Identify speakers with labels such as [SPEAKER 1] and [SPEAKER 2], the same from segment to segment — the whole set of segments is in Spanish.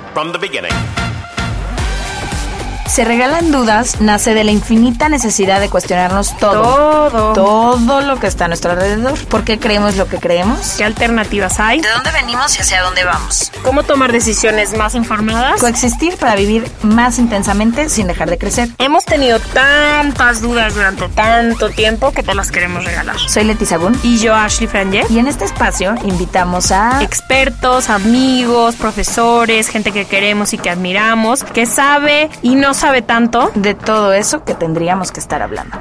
[SPEAKER 1] from the beginning.
[SPEAKER 2] Se regalan dudas nace de la infinita necesidad de cuestionarnos todo lo que está a nuestro alrededor. ¿Por qué creemos lo que creemos?
[SPEAKER 3] ¿Qué alternativas hay?
[SPEAKER 2] ¿De dónde venimos y hacia dónde vamos?
[SPEAKER 3] ¿Cómo tomar decisiones más informadas?
[SPEAKER 2] Coexistir para vivir más intensamente sin dejar de crecer.
[SPEAKER 3] Hemos tenido tantas dudas durante tanto tiempo que te las queremos regalar.
[SPEAKER 2] Soy Leti Sagún.
[SPEAKER 3] Y yo, Ashley Franje.
[SPEAKER 2] Y en este espacio invitamos a
[SPEAKER 3] expertos, amigos, profesores, gente que queremos y que admiramos, que sabe y no sabe tanto
[SPEAKER 2] de todo eso que tendríamos que estar hablando.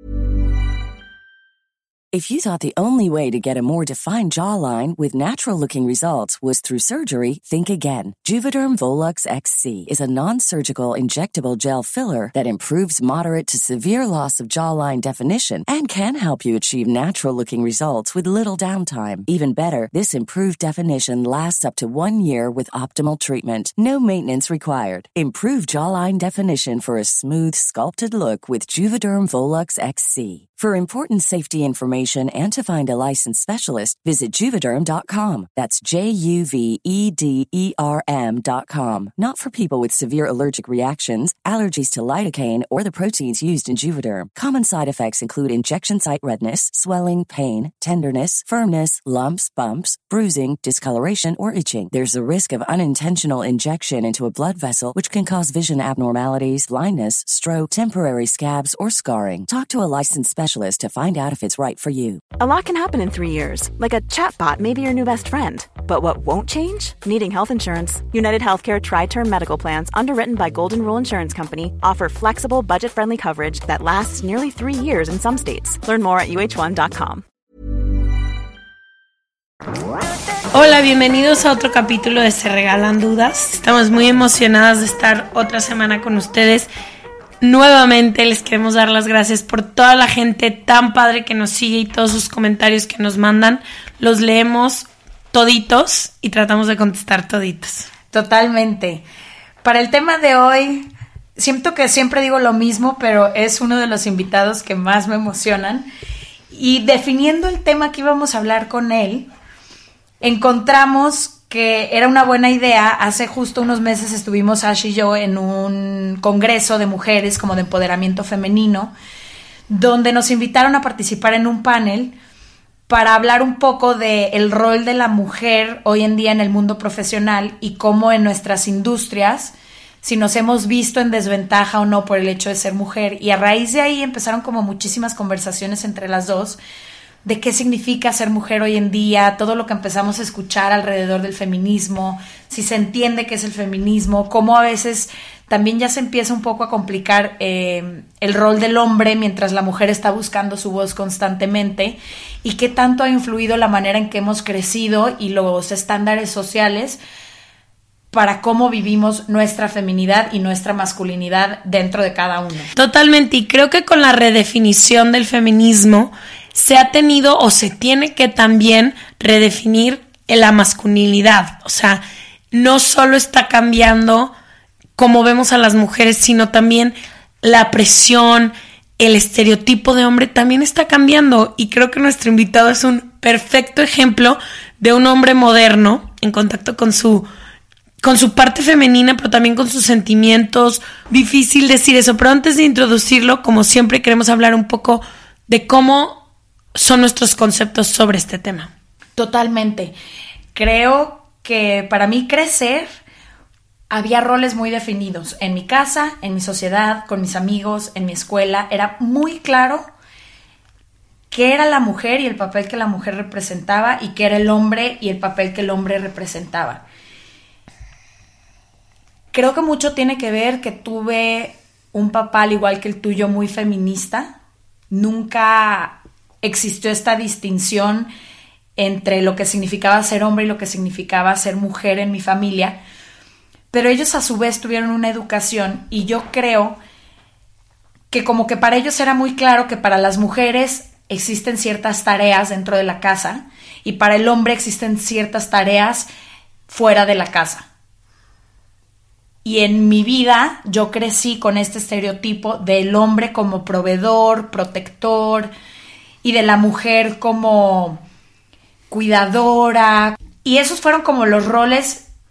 [SPEAKER 4] If you thought the only way to get a more defined jawline with natural-looking results was through surgery, think again. Juvederm Volux XC is a non-surgical injectable gel filler that improves moderate to severe loss of jawline definition and can help you achieve natural-looking results with little downtime. Even better, this improved definition lasts up to 1 year with optimal treatment. No maintenance required. Improve jawline definition for a smooth, sculpted look with Juvederm Volux XC. For important safety information and to find a licensed specialist, visit Juvederm.com. That's JUVEDERM.com. Not for people with severe allergic reactions, allergies to lidocaine, or the proteins used in Juvederm. Common side effects include injection site redness, swelling, pain, tenderness, firmness, lumps, bumps, bruising, discoloration, or itching. There's a risk of unintentional injection into a blood vessel, which can cause vision abnormalities, blindness, stroke, temporary scabs, or scarring. Talk to a licensed specialist to find out if it's right for you.
[SPEAKER 5] A lot can happen in 3 years, like a chatbot may be your new best friend. But what won't change? Needing health insurance. United Healthcare Tri-Term Medical Plans, underwritten by Golden Rule Insurance Company, offer flexible, budget-friendly coverage that lasts nearly 3 years in some states. Learn more at uh1.com.
[SPEAKER 3] Hola, bienvenidos a otro capítulo de Se Regalan Dudas. Estamos muy emocionadas de estar otra semana con ustedes. Nuevamente les queremos dar las gracias por toda la gente tan padre que nos sigue y todos sus comentarios que nos mandan. Los leemos toditos y tratamos de contestar toditos.
[SPEAKER 2] Totalmente. Para el tema de hoy, siento que siempre digo lo mismo, pero es uno de los invitados que más me emocionan. Y definiendo el tema que íbamos a hablar con él, encontramos que era una buena idea. Hace justo unos meses estuvimos Ash y yo en un congreso de mujeres como de empoderamiento femenino, donde nos invitaron a participar en un panel para hablar un poco del rol de la mujer hoy en día en el mundo profesional y cómo en nuestras industrias, si nos hemos visto en desventaja o no por el hecho de ser mujer. Y a raíz de ahí empezaron como muchísimas conversaciones entre las dos de qué significa ser mujer hoy en día, todo lo que empezamos a escuchar alrededor del feminismo, si se entiende qué es el feminismo, cómo a veces también ya se empieza un poco a complicar el rol del hombre mientras la mujer está buscando su voz constantemente, y qué tanto ha influido la manera en que hemos crecido y los estándares sociales para cómo vivimos nuestra feminidad y nuestra masculinidad dentro de cada uno.
[SPEAKER 3] Totalmente, y creo que con la redefinición del feminismo se ha tenido o se tiene que también redefinir la masculinidad. O sea, no solo está cambiando cómo vemos a las mujeres, sino también la presión, el estereotipo de hombre también está cambiando. Y creo que nuestro invitado es un perfecto ejemplo de un hombre moderno en contacto con su parte femenina, pero también con sus sentimientos. Difícil decir eso, pero antes de introducirlo, como siempre, queremos hablar un poco de cómo son nuestros conceptos sobre este tema.
[SPEAKER 2] Totalmente. Creo que para mí crecer había roles muy definidos. En mi casa, en mi sociedad, con mis amigos, en mi escuela, era muy claro qué era la mujer y el papel que la mujer representaba, y qué era el hombre y el papel que el hombre representaba. Creo que mucho tiene que ver que tuve un papá, al igual que el tuyo, muy feminista. Nunca existió esta distinción entre lo que significaba ser hombre y lo que significaba ser mujer en mi familia, pero ellos a su vez tuvieron una educación, y yo creo que como que para ellos era muy claro que para las mujeres existen ciertas tareas dentro de la casa y para el hombre existen ciertas tareas fuera de la casa. Y en mi vida yo crecí con este estereotipo del hombre como proveedor, protector, y de la mujer como cuidadora. Y esos fueron como los roles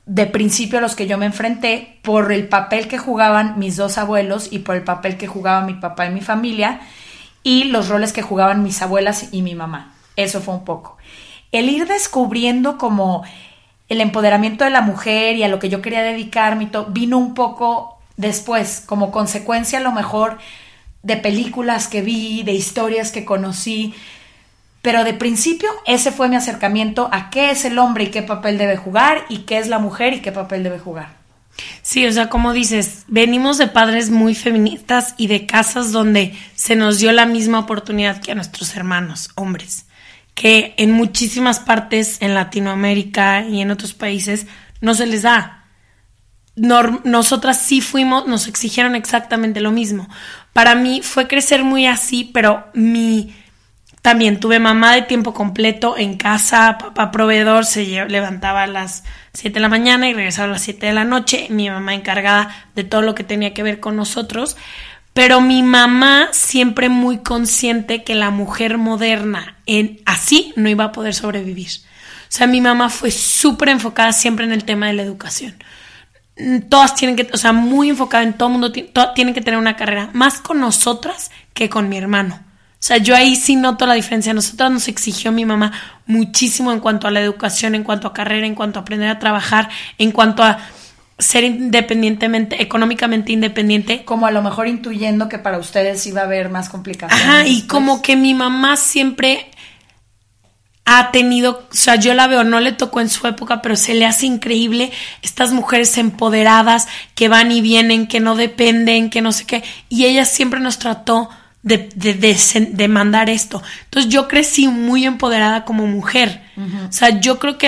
[SPEAKER 2] de principio a los que yo me enfrenté por el papel que jugaban mis dos abuelos y por el papel que jugaba mi papá en mi familia y los roles que jugaban mis abuelas y mi mamá. Eso fue un poco. El ir descubriendo como el empoderamiento de la mujer y a lo que yo quería dedicarme y todo, vino un poco después, como consecuencia a lo mejor de películas que vi, de historias que conocí, pero de principio ese fue mi acercamiento a qué es el hombre y qué papel debe jugar y qué es la mujer y qué papel debe jugar.
[SPEAKER 3] Sí, o sea, como dices, venimos de padres muy feministas y de casas donde se nos dio la misma oportunidad que a nuestros hermanos, hombres, que en muchísimas partes en Latinoamérica y en otros países no se les da. Nosotras sí fuimos, nos exigieron exactamente lo mismo. Para mí fue crecer muy así, pero también tuve mamá de tiempo completo en casa, papá proveedor, se levantaba a las 7 de la mañana y regresaba a las 7 de la noche, mi mamá encargada de todo lo que tenía que ver con nosotros, pero mi mamá siempre muy consciente que la mujer moderna así no iba a poder sobrevivir. O sea, mi mamá fue súper enfocada siempre en el tema de la educación. Todas tienen que, o sea, muy enfocada en todo el mundo, tienen que tener una carrera, más con nosotras que con mi hermano. O sea, yo ahí sí noto la diferencia. Nosotras nos exigió mi mamá muchísimo en cuanto a la educación, en cuanto a carrera, en cuanto a aprender a trabajar, en cuanto a ser económicamente independiente.
[SPEAKER 2] Como a lo mejor intuyendo que para ustedes iba a haber más complicaciones.
[SPEAKER 3] Ajá, y como que mi mamá siempre ha tenido, o sea, yo la veo, no le tocó en su época, pero se le hace increíble estas mujeres empoderadas que van y vienen, que no dependen, que no sé qué, y ella siempre nos trató de mandar esto. Entonces yo crecí muy empoderada como mujer. Uh-huh. O sea, yo creo que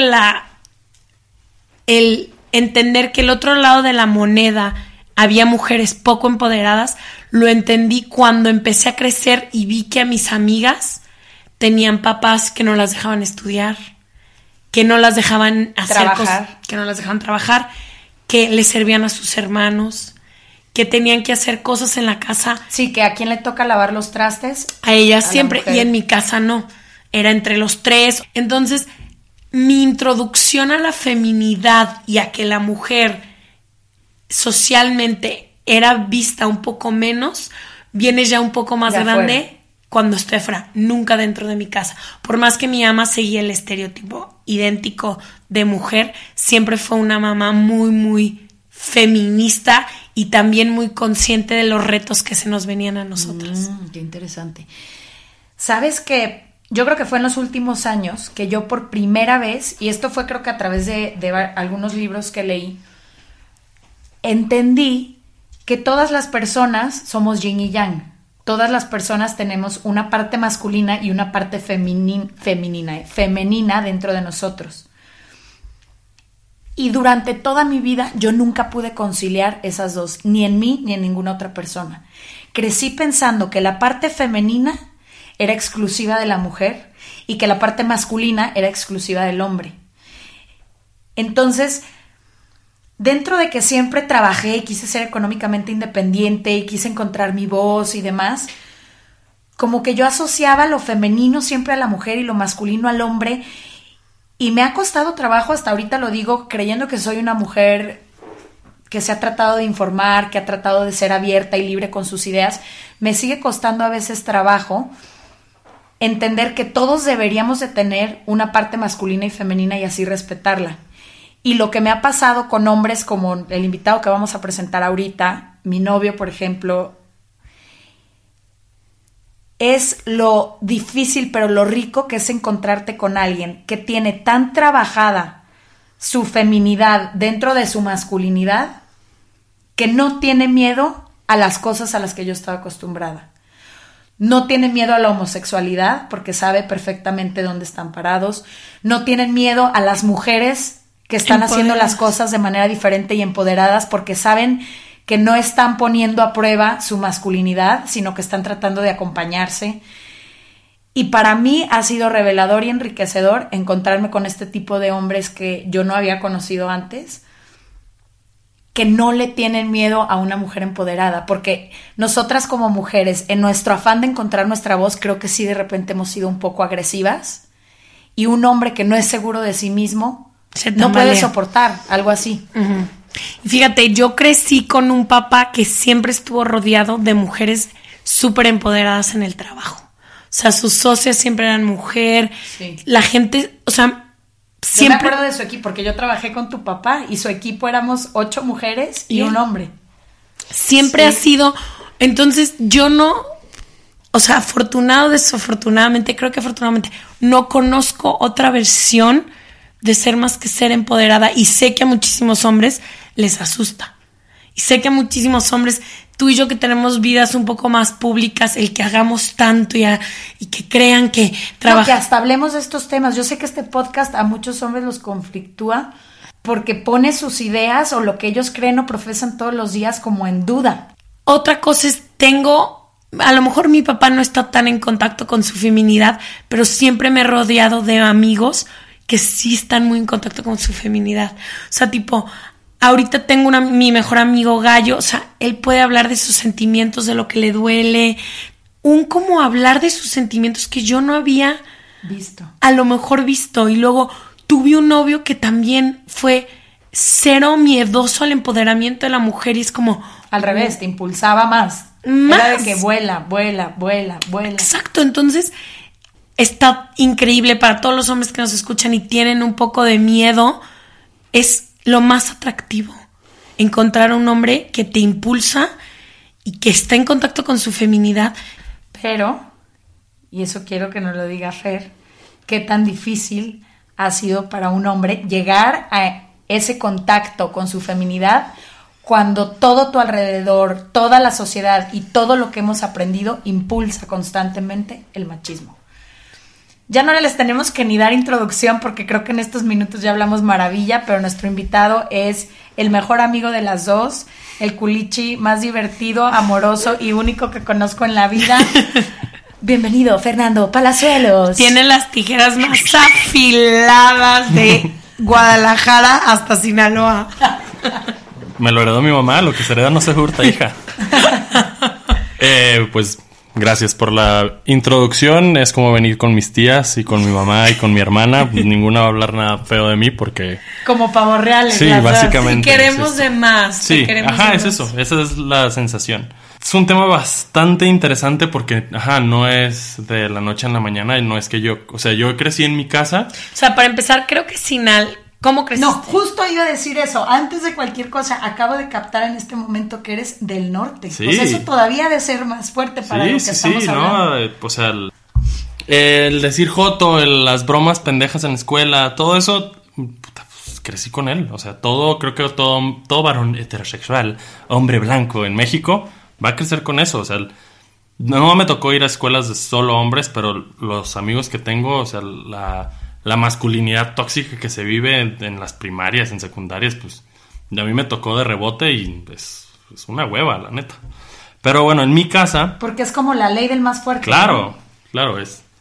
[SPEAKER 3] el entender que el otro lado de la moneda había mujeres poco empoderadas, lo entendí cuando empecé a crecer y vi que a mis amigas tenían papás que no las dejaban estudiar, que no las dejaban hacer cosas, que no las dejaban trabajar, que les servían a sus hermanos, que tenían que hacer cosas en la casa.
[SPEAKER 2] Sí, que a quién le toca lavar los trastes.
[SPEAKER 3] A ellas siempre, y en mi casa no. Era entre los tres. Entonces, mi introducción a la feminidad y a que la mujer socialmente era vista un poco menos, viene ya un poco más grande afuera. Cuando estoy afuera, nunca dentro de mi casa. Por más que mi mamá seguía el estereotipo idéntico de mujer, siempre fue una mamá muy, muy feminista y también muy consciente de los retos que se nos venían a nosotras.
[SPEAKER 2] Qué interesante. ¿Sabes qué? Yo creo que fue en los últimos años que yo por primera vez, y esto fue creo que a través de algunos libros que leí, entendí que todas las personas somos yin y yang. Todas las personas tenemos una parte masculina y una parte femenina dentro de nosotros. Y durante toda mi vida yo nunca pude conciliar esas dos, ni en mí ni en ninguna otra persona. Crecí pensando que la parte femenina era exclusiva de la mujer y que la parte masculina era exclusiva del hombre. Entonces, dentro de que siempre trabajé y quise ser económicamente independiente y quise encontrar mi voz y demás, como que yo asociaba lo femenino siempre a la mujer y lo masculino al hombre. Y me ha costado trabajo, hasta ahorita lo digo, creyendo que soy una mujer que se ha tratado de informar, que ha tratado de ser abierta y libre con sus ideas. Me sigue costando a veces trabajo entender que todos deberíamos de tener una parte masculina y femenina y así respetarla. Y lo que me ha pasado con hombres como el invitado que vamos a presentar ahorita, mi novio, por ejemplo, es lo difícil, pero lo rico que es encontrarte con alguien que tiene tan trabajada su feminidad dentro de su masculinidad que no tiene miedo a las cosas a las que yo estaba acostumbrada. No tiene miedo a la homosexualidad porque sabe perfectamente dónde están parados. No tienen miedo a las mujeres que están haciendo las cosas de manera diferente y empoderadas porque saben que no están poniendo a prueba su masculinidad, sino que están tratando de acompañarse. Y para mí ha sido revelador y enriquecedor encontrarme con este tipo de hombres que yo no había conocido antes, que no le tienen miedo a una mujer empoderada, porque nosotras como mujeres, en nuestro afán de encontrar nuestra voz, creo que sí de repente hemos sido un poco agresivas, y un hombre que no es seguro de sí mismo no puede soportar algo así.
[SPEAKER 3] Uh-huh. Y fíjate, yo crecí con un papá que siempre estuvo rodeado de mujeres súper empoderadas en el trabajo. O sea, sus socias siempre eran mujer. Sí. La gente, o sea, siempre...
[SPEAKER 2] Yo me acuerdo de su equipo, porque yo trabajé con tu papá y su equipo éramos 8 mujeres y un hombre.
[SPEAKER 3] Siempre ha sido... Entonces, yo no... O sea, afortunado, desafortunadamente, creo que afortunadamente, no conozco otra versión de ser más que ser empoderada. Y sé que a muchísimos hombres les asusta. Y sé que a muchísimos hombres... Tú y yo que tenemos vidas un poco más públicas, el que hagamos tanto y que crean que
[SPEAKER 2] trabaja... No, que hasta hablemos de estos temas. Yo sé que este podcast a muchos hombres los conflictúa porque pone sus ideas o lo que ellos creen o profesan todos los días como en duda.
[SPEAKER 3] Otra cosa es, a lo mejor mi papá no está tan en contacto con su feminidad, pero siempre me he rodeado de amigos que sí están muy en contacto con su feminidad. O sea, tipo... Ahorita tengo mi mejor amigo Gallo, o sea, él puede hablar de sus sentimientos, de lo que le duele, como hablar de sus sentimientos que yo no había
[SPEAKER 2] visto.
[SPEAKER 3] A lo mejor visto. Y luego tuve un novio que también fue cero miedoso al empoderamiento de la mujer y es como...
[SPEAKER 2] Al revés, te impulsaba más. Era de que vuela.
[SPEAKER 3] Exacto, entonces está increíble para todos los hombres que nos escuchan y tienen un poco de miedo, es... Lo más atractivo, encontrar a un hombre que te impulsa y que está en contacto con su feminidad.
[SPEAKER 2] Pero, y eso quiero que nos lo diga Fer, ¿qué tan difícil ha sido para un hombre llegar a ese contacto con su feminidad cuando todo tu alrededor, toda la sociedad y todo lo que hemos aprendido impulsa constantemente el machismo? Ya no les tenemos que ni dar introducción porque creo que en estos minutos ya hablamos maravilla, pero nuestro invitado es el mejor amigo de las dos, el culichi más divertido, amoroso y único que conozco en la vida. Bienvenido, Fernando Palazuelos.
[SPEAKER 3] Tiene las tijeras más afiladas de Guadalajara hasta Sinaloa.
[SPEAKER 1] Me lo heredó mi mamá, lo que se hereda no se hurta, hija. Pues... Gracias por la introducción. Es como venir con mis tías y con mi mamá y con mi hermana. Ninguna va a hablar nada feo de mí porque...
[SPEAKER 2] Como pavos reales.
[SPEAKER 1] Sí, básicamente.
[SPEAKER 3] Si queremos de más.
[SPEAKER 1] Sí, es eso. Esa es la sensación. Es un tema bastante interesante porque, no es de la noche a la mañana. Y no es que yo crecí en mi casa.
[SPEAKER 3] O sea, para empezar, creo que Sinal... ¿Cómo creciste?
[SPEAKER 2] No, justo iba a decir eso. Antes de cualquier cosa, acabo de captar en este momento que eres del norte.
[SPEAKER 1] Sí.
[SPEAKER 2] O sea, eso todavía ha de ser más fuerte para lo que estamos hablando.
[SPEAKER 1] ¿no? O sea, el decir joto, las bromas pendejas en la escuela, todo eso, pues, crecí con él. O sea, creo que todo varón heterosexual, hombre blanco en México, va a crecer con eso. O sea, no me tocó ir a escuelas de solo hombres, pero los amigos que tengo, o sea, la masculinidad tóxica que se vive en las primarias, en secundarias, pues a mí me tocó de rebote y es una hueva, la neta. Pero bueno, en mi casa...
[SPEAKER 2] Porque es como la ley del más fuerte.
[SPEAKER 1] Claro, ¿no? Claro,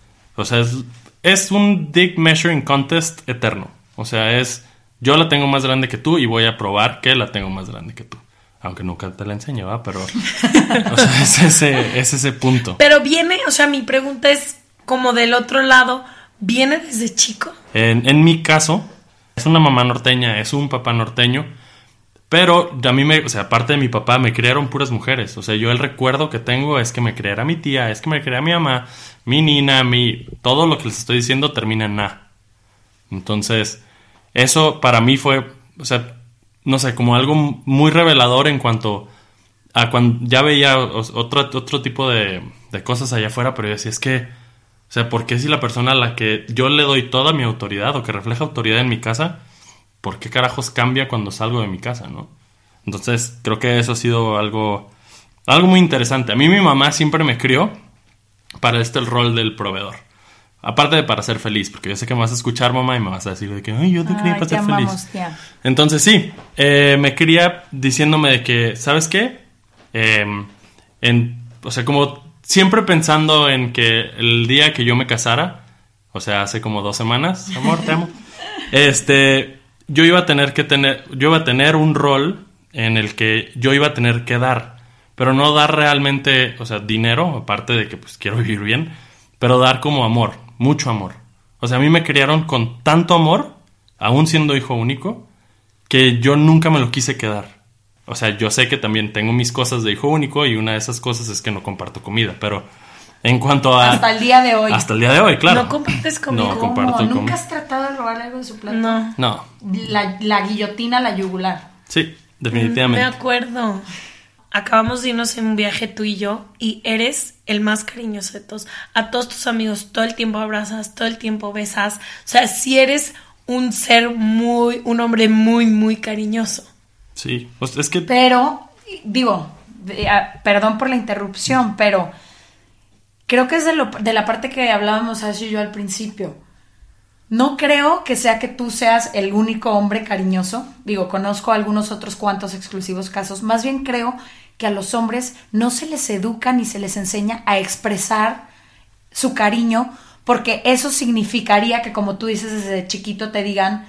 [SPEAKER 1] es un dick measuring contest eterno. O sea, yo la tengo más grande que tú y voy a probar que la tengo más grande que tú. Aunque nunca te la enseño, ¿verdad? Pero o sea, es ese punto.
[SPEAKER 3] Pero viene, o sea, mi pregunta es como del otro lado... ¿Viene desde chico?
[SPEAKER 1] En mi caso, es una mamá norteña, es un papá norteño, pero a mí aparte de mi papá, me criaron puras mujeres. O sea, yo el recuerdo que tengo es que me criara mi tía, es que me criara mi mamá, mi nina, todo lo que les estoy diciendo termina en na. Entonces, eso para mí fue, o sea, no sé, como algo muy revelador en cuanto a cuando ya veía otro tipo de cosas allá afuera, pero yo decía, es que... O sea, ¿por qué si la persona a la que yo le doy toda mi autoridad o que refleja autoridad en mi casa, por qué carajos cambia cuando salgo de mi casa, no? Entonces, creo que eso ha sido algo muy interesante. A mí mi mamá siempre me crió para el rol del proveedor. Aparte de para ser feliz, porque yo sé que me vas a escuchar, mamá, y me vas a decir de que, ay, yo te crié para ser feliz. Tía. Entonces, sí, me cría diciéndome de que, ¿sabes qué? O sea, como... Siempre pensando en que el día que yo me casara, o sea, hace como 2 semanas, amor, te amo, yo iba a tener un rol en el que yo iba a tener que dar, pero no dar realmente, o sea, dinero, aparte de que pues quiero vivir bien, pero dar como amor, mucho amor. O sea, a mí me criaron con tanto amor, aún siendo hijo único, que yo nunca me lo quise quedar. O sea, yo sé que también tengo mis cosas de hijo único y una de esas cosas es que no comparto comida, pero en cuanto a...
[SPEAKER 2] Hasta el día de hoy.
[SPEAKER 1] Hasta el día de hoy, claro.
[SPEAKER 3] ¿No compartes comida?
[SPEAKER 1] No comparto comida.
[SPEAKER 2] ¿Nunca has tratado de robarle algo de su plato?
[SPEAKER 3] No.
[SPEAKER 2] La guillotina, la yugular.
[SPEAKER 1] Sí, definitivamente.
[SPEAKER 3] Me acuerdo. Acabamos de irnos en un viaje tú y yo y eres el más cariñoso de todos. A todos tus amigos todo el tiempo abrazas, todo el tiempo besas. O sea, si eres un hombre muy, muy cariñoso.
[SPEAKER 1] Sí, pues es que...
[SPEAKER 2] Pero, perdón por la interrupción, pero creo que es de la parte que hablábamos Ash y yo al principio. No creo que sea que tú seas el único hombre cariñoso. Conozco algunos otros cuantos exclusivos casos. Más bien creo que a los hombres no se les educa ni se les enseña a expresar su cariño, porque eso significaría que, como tú dices, desde chiquito te digan,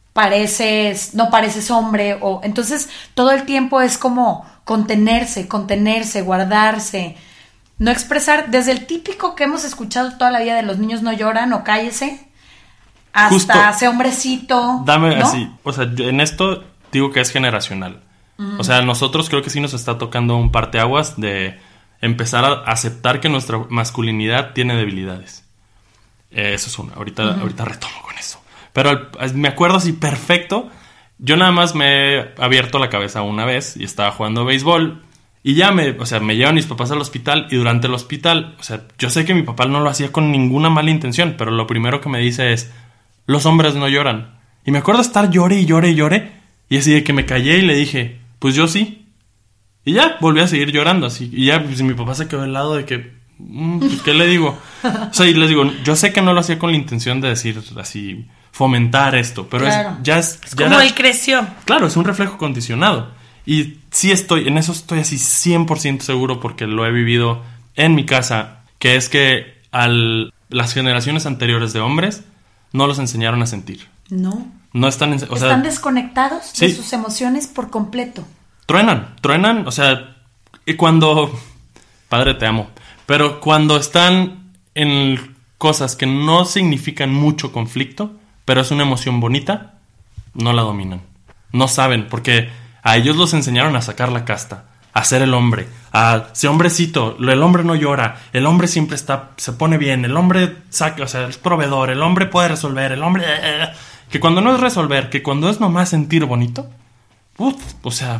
[SPEAKER 2] no pareces hombre, o entonces todo el tiempo es como contenerse, guardarse, no expresar, desde el típico que hemos escuchado toda la vida de los niños no lloran o cállese, hasta
[SPEAKER 1] justo,
[SPEAKER 2] ese hombrecito.
[SPEAKER 1] Dame, ¿no? Así, o sea, en esto digo que es generacional. O sea, nosotros creo que sí nos está tocando un parteaguas de empezar a aceptar que nuestra masculinidad tiene debilidades. Eso es una. Ahorita retomo con eso. Pero me acuerdo así perfecto. Yo nada más me he abierto la cabeza una vez y estaba jugando béisbol. Y ya me llevan mis papás al hospital. Y durante el hospital, o sea, yo sé que mi papá no lo hacía con ninguna mala intención, pero lo primero que me dice es: los hombres no lloran. Y me acuerdo estar llore. Y así de que me callé y le dije: pues yo sí. Y ya, volví a seguir llorando así. Y ya, pues mi papá se quedó al lado de que... pues, ¿qué le digo? O sea, y les digo, yo sé que no lo hacía con la intención de decir así, fomentar esto, pero
[SPEAKER 2] claro.
[SPEAKER 3] Es como él creció.
[SPEAKER 1] Claro, es un reflejo condicionado. Y sí en eso estoy así 100% seguro, porque lo he vivido en mi casa, que es que las generaciones anteriores de hombres no los enseñaron a sentir. No están...
[SPEAKER 2] Están desconectados
[SPEAKER 1] sí,
[SPEAKER 2] de sus emociones por completo.
[SPEAKER 1] Truenan, o sea, y cuando... Padre, te amo. Pero cuando están en cosas que no significan mucho conflicto, pero es una emoción bonita, no la dominan. No saben, porque a ellos los enseñaron a sacar la casta, a ser el hombre, a ser hombrecito. El hombre no llora, el hombre siempre se pone bien, el hombre saca, o sea, es proveedor, el hombre puede resolver, el hombre... Que cuando no es resolver, que cuando es nomás sentir bonito, o sea...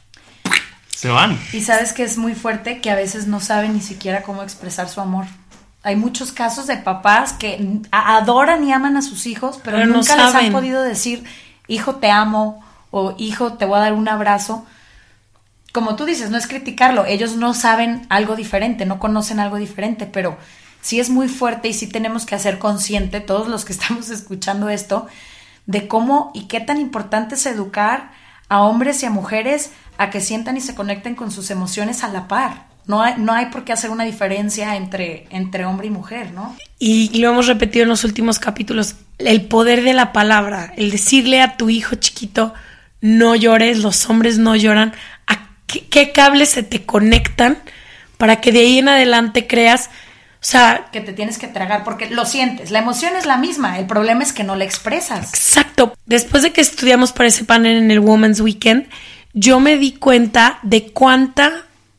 [SPEAKER 1] se van.
[SPEAKER 2] Y sabes que es muy fuerte, que a veces no saben ni siquiera cómo expresar su amor. Hay muchos casos de papás que adoran y aman a sus hijos, pero nunca les han podido decir: hijo, te amo, o hijo, te voy a dar un abrazo. Como tú dices, no es criticarlo, ellos no saben algo diferente, no conocen algo diferente, pero sí es muy fuerte y sí tenemos que hacer consciente, todos los que estamos escuchando esto, de cómo y qué tan importante es educar a hombres y a mujeres a que sientan y se conecten con sus emociones a la par. No hay por qué hacer una diferencia entre hombre y mujer, ¿no?
[SPEAKER 3] Y lo hemos repetido en los últimos capítulos, el poder de la palabra, el decirle a tu hijo chiquito: no llores, los hombres no lloran. ¿A qué cables se te conectan para que de ahí en adelante creas? O sea,
[SPEAKER 2] que te tienes que tragar, porque lo sientes, la emoción es la misma, el problema es que no la expresas.
[SPEAKER 3] Exacto. Después de que estudiamos para ese panel en el Women's Weekend, yo me di cuenta de cuánta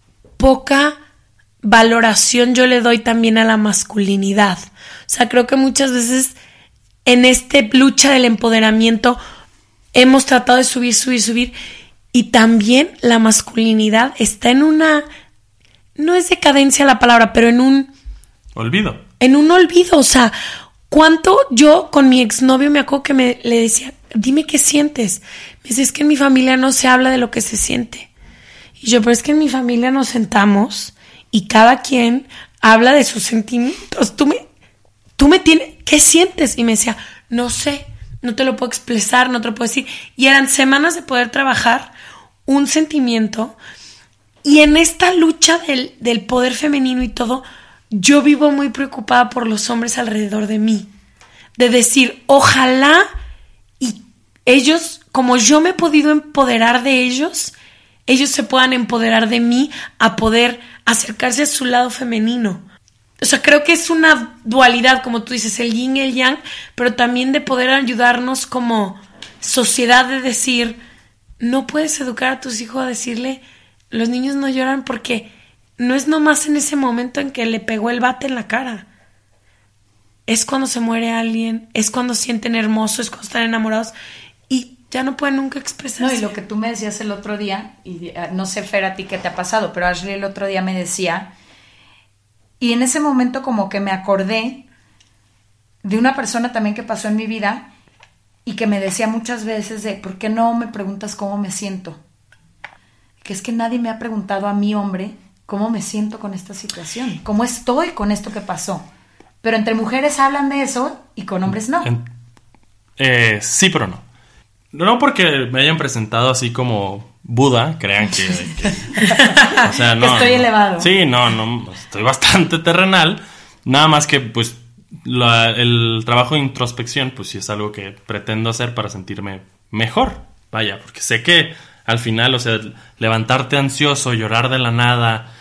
[SPEAKER 3] poca valoración yo le doy también a la masculinidad. O sea, creo que muchas veces en esta lucha del empoderamiento hemos tratado de subir, y también la masculinidad está en una... no es decadencia la palabra, pero en un...
[SPEAKER 1] olvido.
[SPEAKER 3] En un olvido, o sea, ¿cuánto yo con mi exnovio me acuerdo que le decía: dime qué sientes? Me dice: es que en mi familia no se habla de lo que se siente. Y yo: pero es que en mi familia nos sentamos y cada quien habla de sus sentimientos. Tú me tienes... ¿qué sientes? Y me decía: no sé, no te lo puedo expresar, no te lo puedo decir. Y eran semanas de poder trabajar un sentimiento. Y en esta lucha del poder femenino y todo, yo vivo muy preocupada por los hombres alrededor de mí. De decir, ojalá y ellos, como yo me he podido empoderar de ellos se puedan empoderar de mí, a poder acercarse a su lado femenino. O sea, creo que es una dualidad, como tú dices, el yin y el yang, pero también de poder ayudarnos como sociedad de decir, no puedes educar a tus hijos a decirle, los niños no lloran porque no es nomás en ese momento en que le pegó el bate en la cara. Es cuando se muere alguien, es cuando sienten hermoso, es cuando están enamorados y ya no pueden nunca expresarse.
[SPEAKER 2] No, y lo que tú me decías el otro día, y no sé, Fer, a ti qué te ha pasado, pero Ashley el otro día me decía, y en ese momento como que me acordé de una persona también que pasó en mi vida y que me decía muchas veces de, ¿por qué no me preguntas cómo me siento? Que es que nadie me ha preguntado a mí, hombre, cómo me siento con esta situación, cómo estoy con esto que pasó. Pero entre mujeres hablan de eso y con hombres no.
[SPEAKER 1] Sí, pero no. No porque me hayan presentado así como Buda, crean que o sea, no.
[SPEAKER 2] Estoy elevado.
[SPEAKER 1] Sí, no, estoy bastante terrenal. Nada más que, pues, el trabajo de introspección, pues sí es algo que pretendo hacer para sentirme mejor. Vaya, porque sé que al final, o sea, levantarte ansioso, llorar de la nada,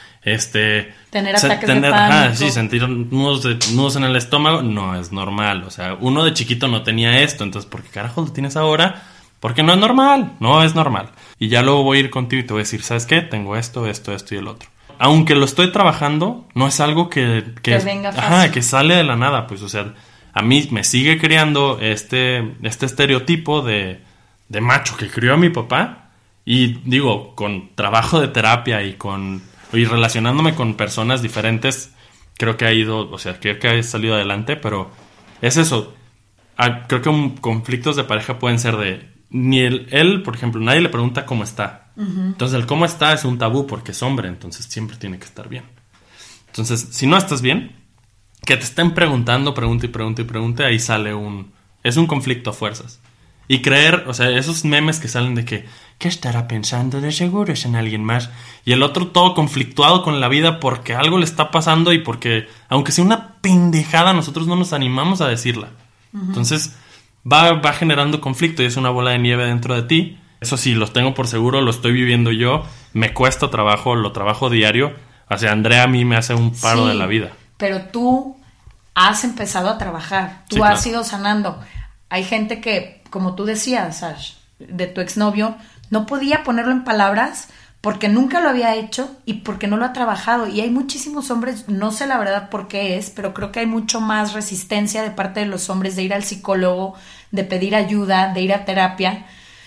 [SPEAKER 2] tener ataques de pánico.
[SPEAKER 1] Sí, sentir nudos en el estómago no es normal. O sea, uno de chiquito no tenía esto, entonces ¿por qué carajo lo tienes ahora? Porque no es normal, no es normal. Y ya luego voy a ir contigo y te voy a decir, ¿sabes qué? Tengo esto y el otro. Aunque lo estoy trabajando, no es algo que
[SPEAKER 2] venga fácil.
[SPEAKER 1] Que sale de la nada, pues, o sea, a mí me sigue creando este estereotipo de macho que crió a mi papá. Y digo, con trabajo de terapia y relacionándome con personas diferentes, creo que creo que ha salido adelante, pero es eso. Creo que conflictos de pareja pueden ser de, ni él, por ejemplo, nadie le pregunta cómo está. Uh-huh. Entonces el cómo está es un tabú porque es hombre, entonces siempre tiene que estar bien. Entonces, si no estás bien, que te estén preguntando, pregunte, ahí sale es un conflicto a fuerzas. Y creer, o sea, esos memes que salen de que, ¿qué estará pensando? De seguro es en alguien más. Y el otro todo conflictuado con la vida porque algo le está pasando y porque, aunque sea una pendejada, nosotros no nos animamos a decirla. Uh-huh. Entonces, va generando conflicto y es una bola de nieve dentro de ti. Eso sí, lo tengo por seguro, lo estoy viviendo yo. Me cuesta trabajo, lo trabajo diario. O sea, Andrea a mí me hace un paro de la vida.
[SPEAKER 2] Pero tú has empezado a trabajar. Tú has ido sanando. Hay gente que, como tú decías, Ash, de tu exnovio, no podía ponerlo en palabras porque nunca lo había hecho y porque no lo ha trabajado. Y hay muchísimos hombres, no sé la verdad por qué es, pero creo que hay mucho más resistencia de parte de los hombres de ir al psicólogo, de pedir ayuda, de ir a terapia.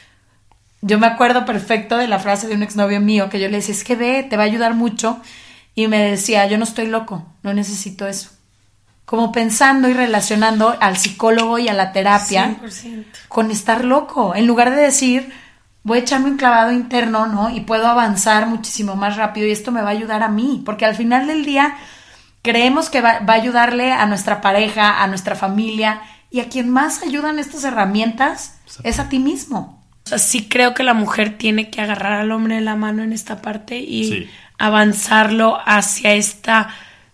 [SPEAKER 2] Yo me acuerdo perfecto de la frase de un exnovio mío que yo le decía, es que ve, te va a ayudar mucho. Y me decía, yo no estoy loco, no necesito eso. Como pensando y relacionando al psicólogo y a la terapia
[SPEAKER 3] 100%.
[SPEAKER 2] Con estar loco. En lugar de decir, voy a echarme un clavado interno, ¿no? Y puedo avanzar muchísimo más rápido y esto me va a ayudar a mí. Porque al final del día creemos que va a ayudarle a nuestra pareja, a nuestra familia. Y a quien más ayudan estas herramientas es a ti mismo.
[SPEAKER 3] O sea, sí creo que la mujer tiene que agarrar al hombre de la mano en esta parte y avanzarlo hacia esta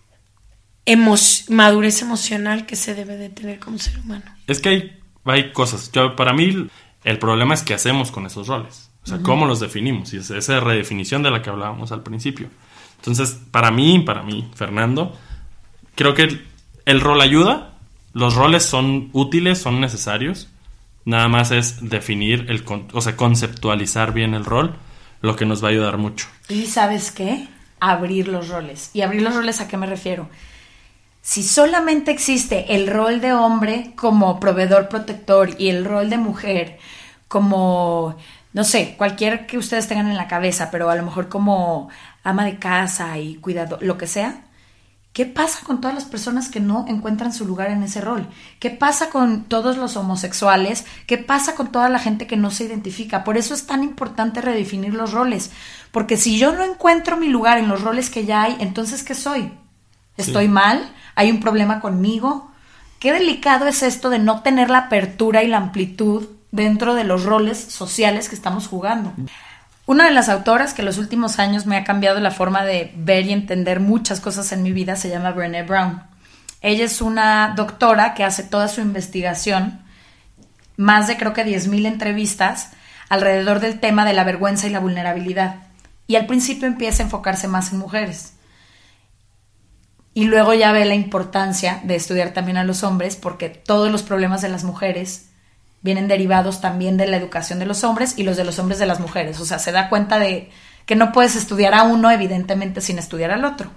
[SPEAKER 3] madurez emocional que se debe de tener como ser humano.
[SPEAKER 1] Es que hay cosas. Para mí, el problema es qué hacemos con esos roles. O sea, cómo los definimos. Y es esa redefinición de la que hablábamos al principio. Entonces, para mí, Fernando, creo que el rol ayuda. Los roles son útiles, son necesarios. Nada más es definir, conceptualizar bien el rol, lo que nos va a ayudar mucho.
[SPEAKER 2] ¿Y sabes qué? Abrir los roles. ¿Y abrir los roles a qué me refiero? Si solamente existe el rol de hombre como proveedor protector y el rol de mujer como, no sé, cualquier que ustedes tengan en la cabeza, pero a lo mejor como ama de casa y cuidador, lo que sea, ¿qué pasa con todas las personas que no encuentran su lugar en ese rol? ¿Qué pasa con todos los homosexuales? ¿Qué pasa con toda la gente que no se identifica? Por eso es tan importante redefinir los roles, porque si yo no encuentro mi lugar en los roles que ya hay, entonces ¿qué soy? ¿Estoy mal? ¿Hay un problema conmigo? Qué delicado es esto de no tener la apertura y la amplitud dentro de los roles sociales que estamos jugando. Una de las autoras que en los últimos años me ha cambiado la forma de ver y entender muchas cosas en mi vida se llama Brené Brown. Ella es una doctora que hace toda su investigación, más de creo que 10,000 entrevistas alrededor del tema de la vergüenza y la vulnerabilidad. Y al principio empieza a enfocarse más en mujeres. y luego ya ve la importancia de estudiar también a los hombres, porque todos los problemas de las mujeres vienen derivados también de la educación de los hombres y los de los hombres de las mujeres. O sea, se da cuenta de que no puedes estudiar a uno, evidentemente, sin estudiar al otro.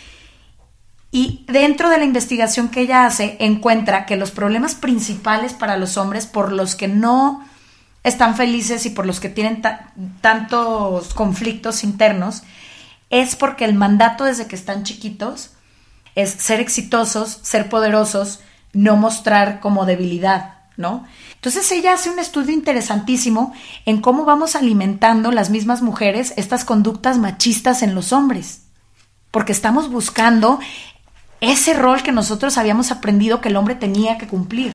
[SPEAKER 2] Y dentro de la investigación que ella hace, encuentra que los problemas principales para los hombres por los que no están felices y por los que tienen tantos conflictos internos es porque el mandato desde que están chiquitos es ser exitosos, ser poderosos, no mostrar como debilidad, ¿no? Entonces ella hace un estudio interesantísimo en cómo vamos alimentando las mismas mujeres estas conductas machistas en los hombres, porque estamos buscando ese rol que nosotros habíamos aprendido que el hombre tenía que cumplir.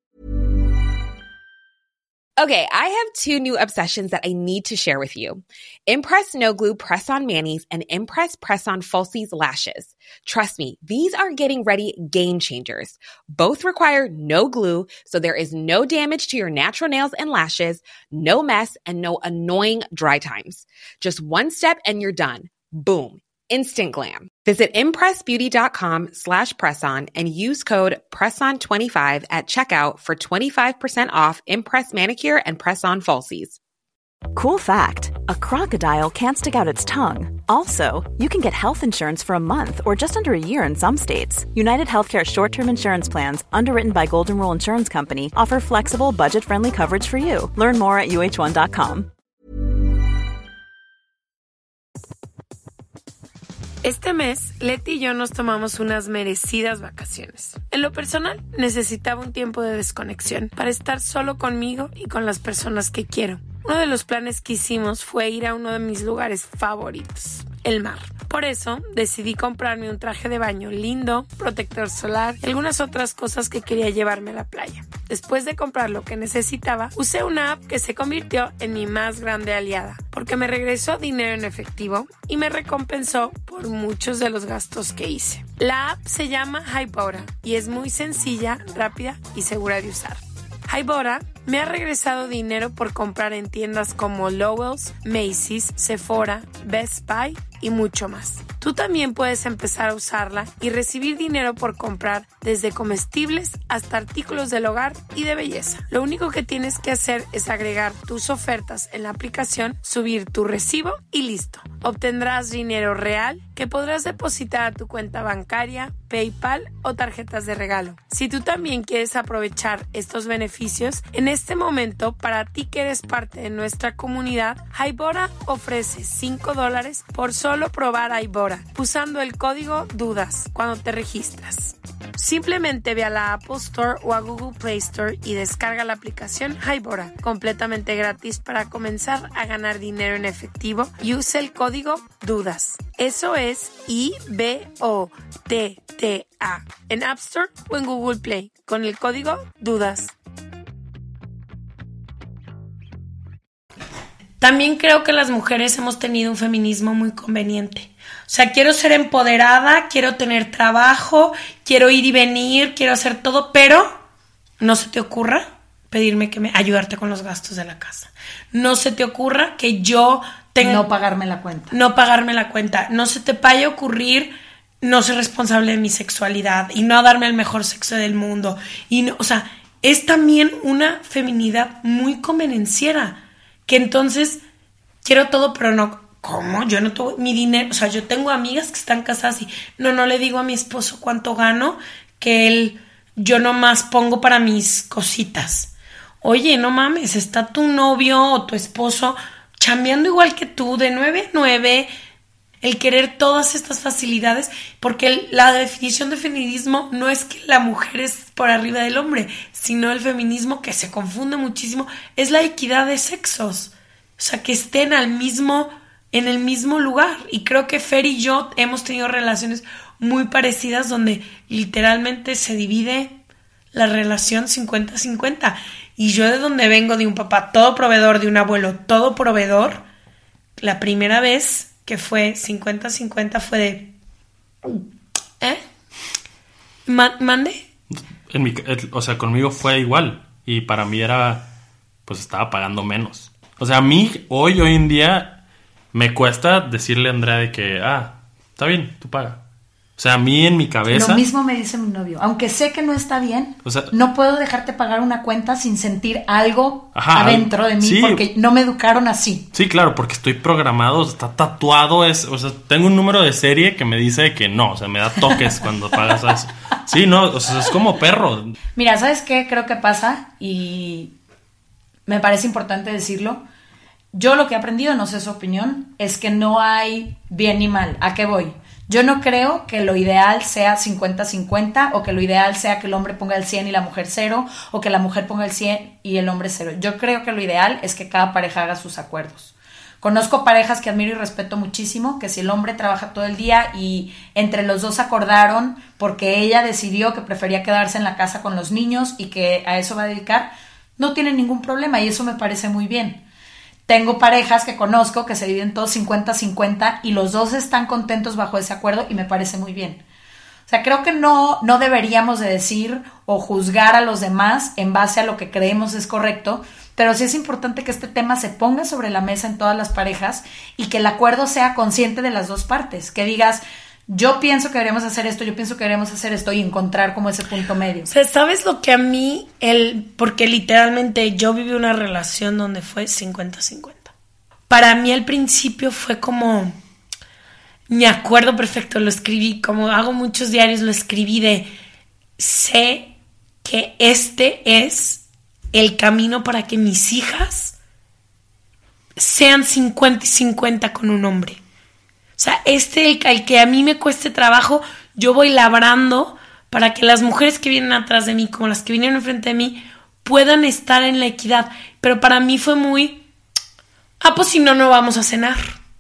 [SPEAKER 6] Okay, I have two new obsessions that I need to share with you. Impress No Glue Press-On Manis and Impress Press-On Falsies Lashes. Trust me, these are getting ready game changers. Both require no glue, so there is no damage to your natural nails and lashes, no mess, and no annoying dry times. Just one step and you're done. Boom. Instant glam. Visit impressbeauty.com/presson and use code PRESSON25 at checkout for 25% off Impress Manicure and Press-On Falsies.
[SPEAKER 5] Cool fact, a crocodile can't stick out its tongue. Also, you can get health insurance for a month or just under a year in some states. United Healthcare short-term insurance plans, underwritten by Golden Rule Insurance Company, offer flexible, budget-friendly coverage for you. Learn more at uh1.com.
[SPEAKER 3] Este mes, Leti y yo nos tomamos unas merecidas vacaciones. En lo personal, necesitaba un tiempo de desconexión para estar solo conmigo y con las personas que quiero. Uno de los planes que hicimos fue ir a uno de mis lugares favoritos, el mar. Por eso, decidí comprarme un traje de baño lindo, protector solar y algunas otras cosas que quería llevarme a la playa. Después de comprar lo que necesitaba, usé una app que se convirtió en mi más grande aliada, porque me regresó dinero en efectivo y me recompensó por muchos de los gastos que hice. La app se llama Hybora y es muy sencilla, rápida y segura de usar. Hybora me ha regresado dinero por comprar en tiendas como Lowell's, Macy's, Sephora, Best Buy y mucho más. Tú también puedes empezar a usarla y recibir dinero por comprar desde comestibles hasta artículos del hogar y de belleza. Lo único que tienes que hacer es agregar tus ofertas en la aplicación, subir tu recibo y listo. Obtendrás dinero real que podrás depositar a tu cuenta bancaria, PayPal o tarjetas de regalo. Si tú también quieres aprovechar estos beneficios, en este momento, para ti que eres parte de nuestra comunidad, Hybora ofrece $5 por solo probar Hybora, usando el código DUDAS cuando te registras. Simplemente ve a la Apple Store o a Google Play Store y descarga la aplicación Hybora, completamente gratis para comenzar a ganar dinero en efectivo, y usa el código DUDAS. Eso es IBOTTA en App Store o en Google Play con el código DUDAS. También creo que las mujeres hemos tenido un feminismo muy conveniente. O sea, quiero ser empoderada, quiero tener trabajo, quiero ir y venir, quiero hacer todo, pero no se te ocurra pedirme ayudarte con los gastos de la casa. No se te ocurra que yo tenga...
[SPEAKER 2] No pagarme la cuenta.
[SPEAKER 3] No pagarme la cuenta. No se te vaya a ocurrir no ser responsable de mi sexualidad y no darme el mejor sexo del mundo. Y no, o sea, es también una feminidad muy convenenciera, que entonces quiero todo, pero no... ¿Cómo? Yo no tengo mi dinero. O sea, yo tengo amigas que están casadas y no le digo a mi esposo cuánto gano, que yo nomás pongo para mis cositas. Oye, no mames, está tu novio o tu esposo chambeando igual que tú, de 9 a 9, el querer todas estas facilidades, porque la definición de feminismo no es que la mujer es por arriba del hombre, sino el feminismo, que se confunde muchísimo, es la equidad de sexos. O sea, que estén en el mismo lugar. Y creo que Fer y yo hemos tenido relaciones muy parecidas donde literalmente se divide la relación 50-50. Y yo, de donde vengo, de un papá todo proveedor, de un abuelo todo proveedor, la primera vez que fue 50-50 fue de... ¿Mande?
[SPEAKER 1] O sea, conmigo fue igual. Y para mí era... Pues estaba pagando menos. O sea, a mí, hoy en día... Me cuesta decirle a Andrea de que, está bien, tú paga. O sea, a mí en mi cabeza...
[SPEAKER 2] Lo mismo me dice mi novio. Aunque sé que no está bien, o sea, no puedo dejarte pagar una cuenta sin sentir algo adentro de mí, sí, porque no me educaron así.
[SPEAKER 1] Sí, claro, porque estoy programado, está tatuado, o sea, tengo un número de serie que me dice que no, o sea, me da toques cuando pagas eso. Sí, no, o sea, es como perro.
[SPEAKER 2] Mira, ¿sabes qué creo que pasa? Y me parece importante decirlo. Yo lo que he aprendido, no sé su opinión, es que no hay bien ni mal. ¿A qué voy? Yo no creo que lo ideal sea 50-50 o que lo ideal sea que el hombre ponga el 100 y la mujer 0 o que la mujer ponga el 100 y el hombre 0. Yo creo que lo ideal es que cada pareja haga sus acuerdos. Conozco parejas que admiro y respeto muchísimo, que si el hombre trabaja todo el día y entre los dos acordaron porque ella decidió que prefería quedarse en la casa con los niños y que a eso va a dedicar, no tienen ningún problema y eso me parece muy bien. Tengo parejas que conozco que se dividen todos 50-50 y los dos están contentos bajo ese acuerdo y me parece muy bien. O sea, creo que no deberíamos de decir o juzgar a los demás en base a lo que creemos es correcto, pero sí es importante que este tema se ponga sobre la mesa en todas las parejas y que el acuerdo sea consciente de las dos partes. Que digas, yo pienso que deberíamos hacer esto, yo pienso que deberíamos hacer esto y encontrar como ese punto medio.
[SPEAKER 3] O sea, ¿sabes lo que a mí, porque literalmente yo viví una relación donde fue 50-50. Para mí al principio fue como, me acuerdo perfecto, lo escribí, como hago muchos diarios, lo escribí de, sé que este es el camino para que mis hijas sean 50-50 con un hombre. O sea, el que a mí me cueste trabajo, yo voy labrando para que las mujeres que vienen atrás de mí, como las que vinieron enfrente de mí, puedan estar en la equidad. Pero para mí fue muy, pues si no vamos a cenar.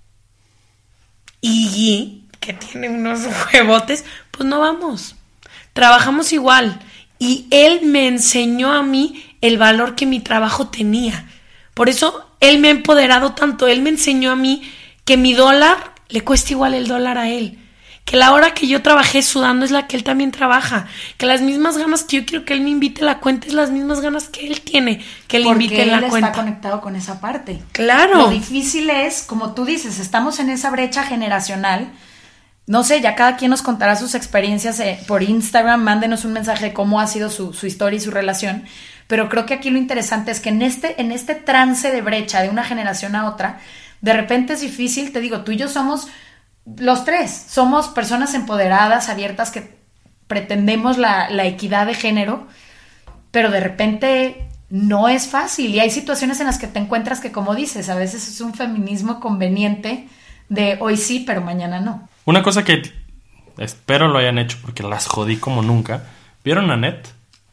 [SPEAKER 3] Y que tiene unos huevotes, pues no vamos. Trabajamos igual. Y él me enseñó a mí el valor que mi trabajo tenía. Por eso él me ha empoderado tanto. Él me enseñó a mí que mi dólar le cuesta igual el dólar a él, que la hora que yo trabajé sudando es la que él también trabaja, que las mismas ganas que yo quiero que él me invite a la cuenta es las mismas ganas que él tiene que le invite en la cuenta.
[SPEAKER 2] Porque él está conectado con esa parte.
[SPEAKER 3] Claro.
[SPEAKER 2] Lo difícil es, como tú dices, estamos en esa brecha generacional. No sé, ya cada quien nos contará sus experiencias por Instagram, mándenos un mensaje de cómo ha sido su historia y su relación, pero creo que aquí lo interesante es que en este trance de brecha de una generación a otra, de repente es difícil, te digo, tú y yo somos los tres, somos personas empoderadas, abiertas, que pretendemos la equidad de género, pero de repente no es fácil y hay situaciones en las que te encuentras que, como dices, a veces es un feminismo conveniente de hoy sí, pero mañana no.
[SPEAKER 1] Una cosa que espero lo hayan hecho porque las jodí como nunca. ¿Vieron a Annette?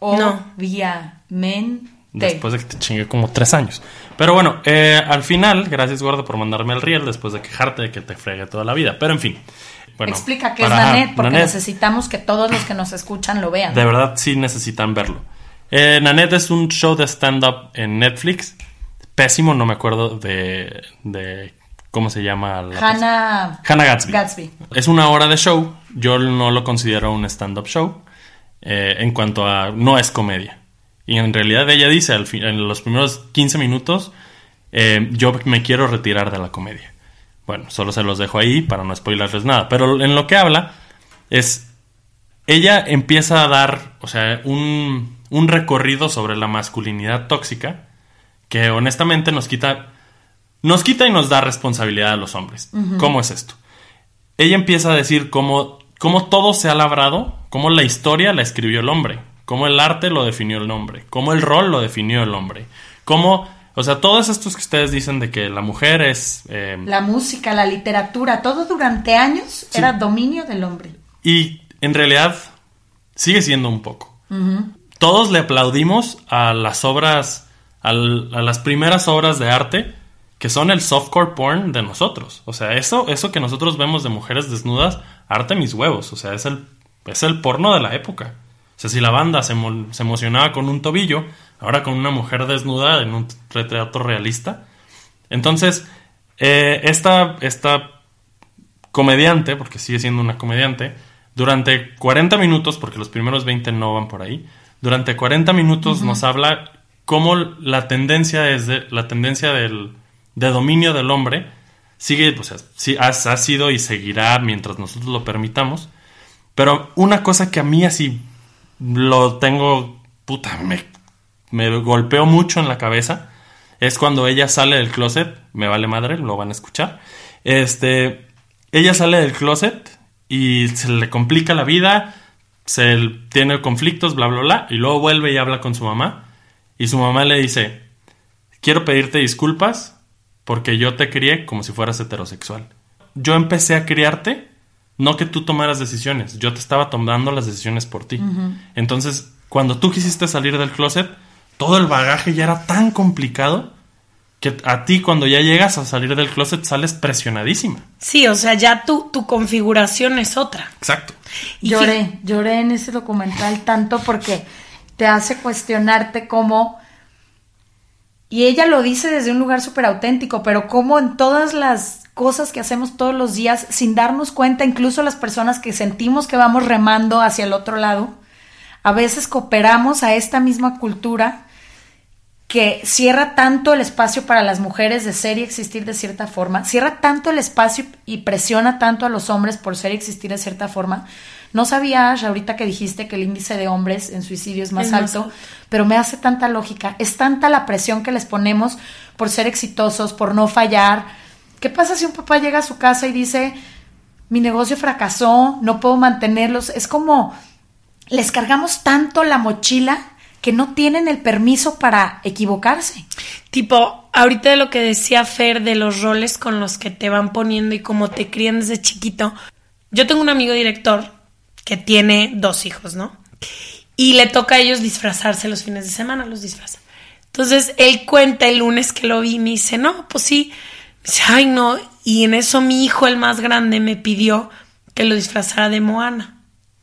[SPEAKER 2] Obviamente.
[SPEAKER 1] Después de que te chingué como 3 años. Pero bueno, al final, gracias Gordo por mandarme el reel después de quejarte de que te fregué toda la vida. Pero en fin. Bueno,
[SPEAKER 2] explica qué es Nanette, porque necesitamos que todos los que nos escuchan lo vean.
[SPEAKER 1] De verdad sí necesitan verlo. Nanette es un show de stand-up en Netflix. Pésimo, no me acuerdo de ¿cómo se llama?
[SPEAKER 2] Hannah Gadsby.
[SPEAKER 1] Es 1 hora de show. Yo no lo considero un stand-up show. En cuanto a... no es comedia. Y en realidad ella dice en los primeros 15 minutos, yo me quiero retirar de la comedia. Bueno, solo se los dejo ahí para no spoilerles nada. Pero en lo que habla es... ella empieza a dar, o sea, un recorrido sobre la masculinidad tóxica que honestamente nos quita y nos da responsabilidad a los hombres. Uh-huh. ¿Cómo es esto? Ella empieza a decir cómo todo se ha labrado, cómo la historia la escribió el hombre, cómo el arte lo definió el hombre, cómo el rol lo definió el hombre, cómo, o sea, todos estos que ustedes dicen de que la mujer es...
[SPEAKER 2] la música, la literatura, todo durante años sí, era dominio del hombre.
[SPEAKER 1] Y en realidad sigue siendo un poco.
[SPEAKER 2] Uh-huh.
[SPEAKER 1] Todos le aplaudimos a las obras, a las primeras obras de arte que son el softcore porn de nosotros. O sea, eso que nosotros vemos de mujeres desnudas, arte mis huevos. O sea, es el porno de la época. O sea, si la banda se emocionaba con un tobillo, ahora con una mujer desnuda en un retrato realista. Entonces, esta comediante, porque sigue siendo una comediante, durante 40 minutos, porque los primeros 20 no van por ahí, durante 40 minutos uh-huh, nos habla cómo la tendencia de dominio del hombre sigue, o sea, sí, ha sido y seguirá mientras nosotros lo permitamos, Pero una cosa que a mí así lo tengo, puta, me golpeó mucho en la cabeza, es cuando ella sale del closet, me vale madre, lo van a escuchar, ella sale del closet y se le complica la vida, tiene conflictos, bla, bla, bla, y luego vuelve y habla con su mamá, y su mamá le dice, quiero pedirte disculpas porque yo te crié como si fueras heterosexual. Yo empecé a criarte, no que tú tomaras decisiones, yo te estaba tomando las decisiones por ti. Uh-huh. Entonces, cuando tú quisiste salir del closet, todo el bagaje ya era tan complicado que a ti cuando ya llegas a salir del closet sales presionadísima.
[SPEAKER 3] Sí, o sea, ya tu configuración es otra.
[SPEAKER 1] Exacto.
[SPEAKER 2] Lloré en ese documental tanto porque te hace cuestionarte cómo, y ella lo dice desde un lugar súper auténtico, pero cómo en todas las cosas que hacemos todos los días, sin darnos cuenta, incluso las personas que sentimos que vamos remando hacia el otro lado, a veces cooperamos a esta misma cultura que cierra tanto el espacio para las mujeres de ser y existir de cierta forma, cierra tanto el espacio y presiona tanto a los hombres por ser y existir de cierta forma. No sabía, Ash, ahorita que dijiste que el índice de hombres en suicidio es más alto, pero me hace tanta lógica. Es tanta la presión que les ponemos por ser exitosos, por no fallar. ¿Qué pasa si un papá llega a su casa y dice, mi negocio fracasó, no puedo mantenerlos? Es como, les cargamos tanto la mochila que no tienen el permiso para equivocarse.
[SPEAKER 3] Tipo, ahorita de lo que decía Fer, de los roles con los que te van poniendo y cómo te crían desde chiquito. Yo tengo un amigo director que tiene 2 hijos, ¿no? Y le toca a ellos disfrazarse los fines de semana, los disfraza. Entonces, él cuenta el lunes que lo vi y me dice, no, pues sí. Me dice, ay, no. Y en eso mi hijo, el más grande, me pidió que lo disfrazara de Moana.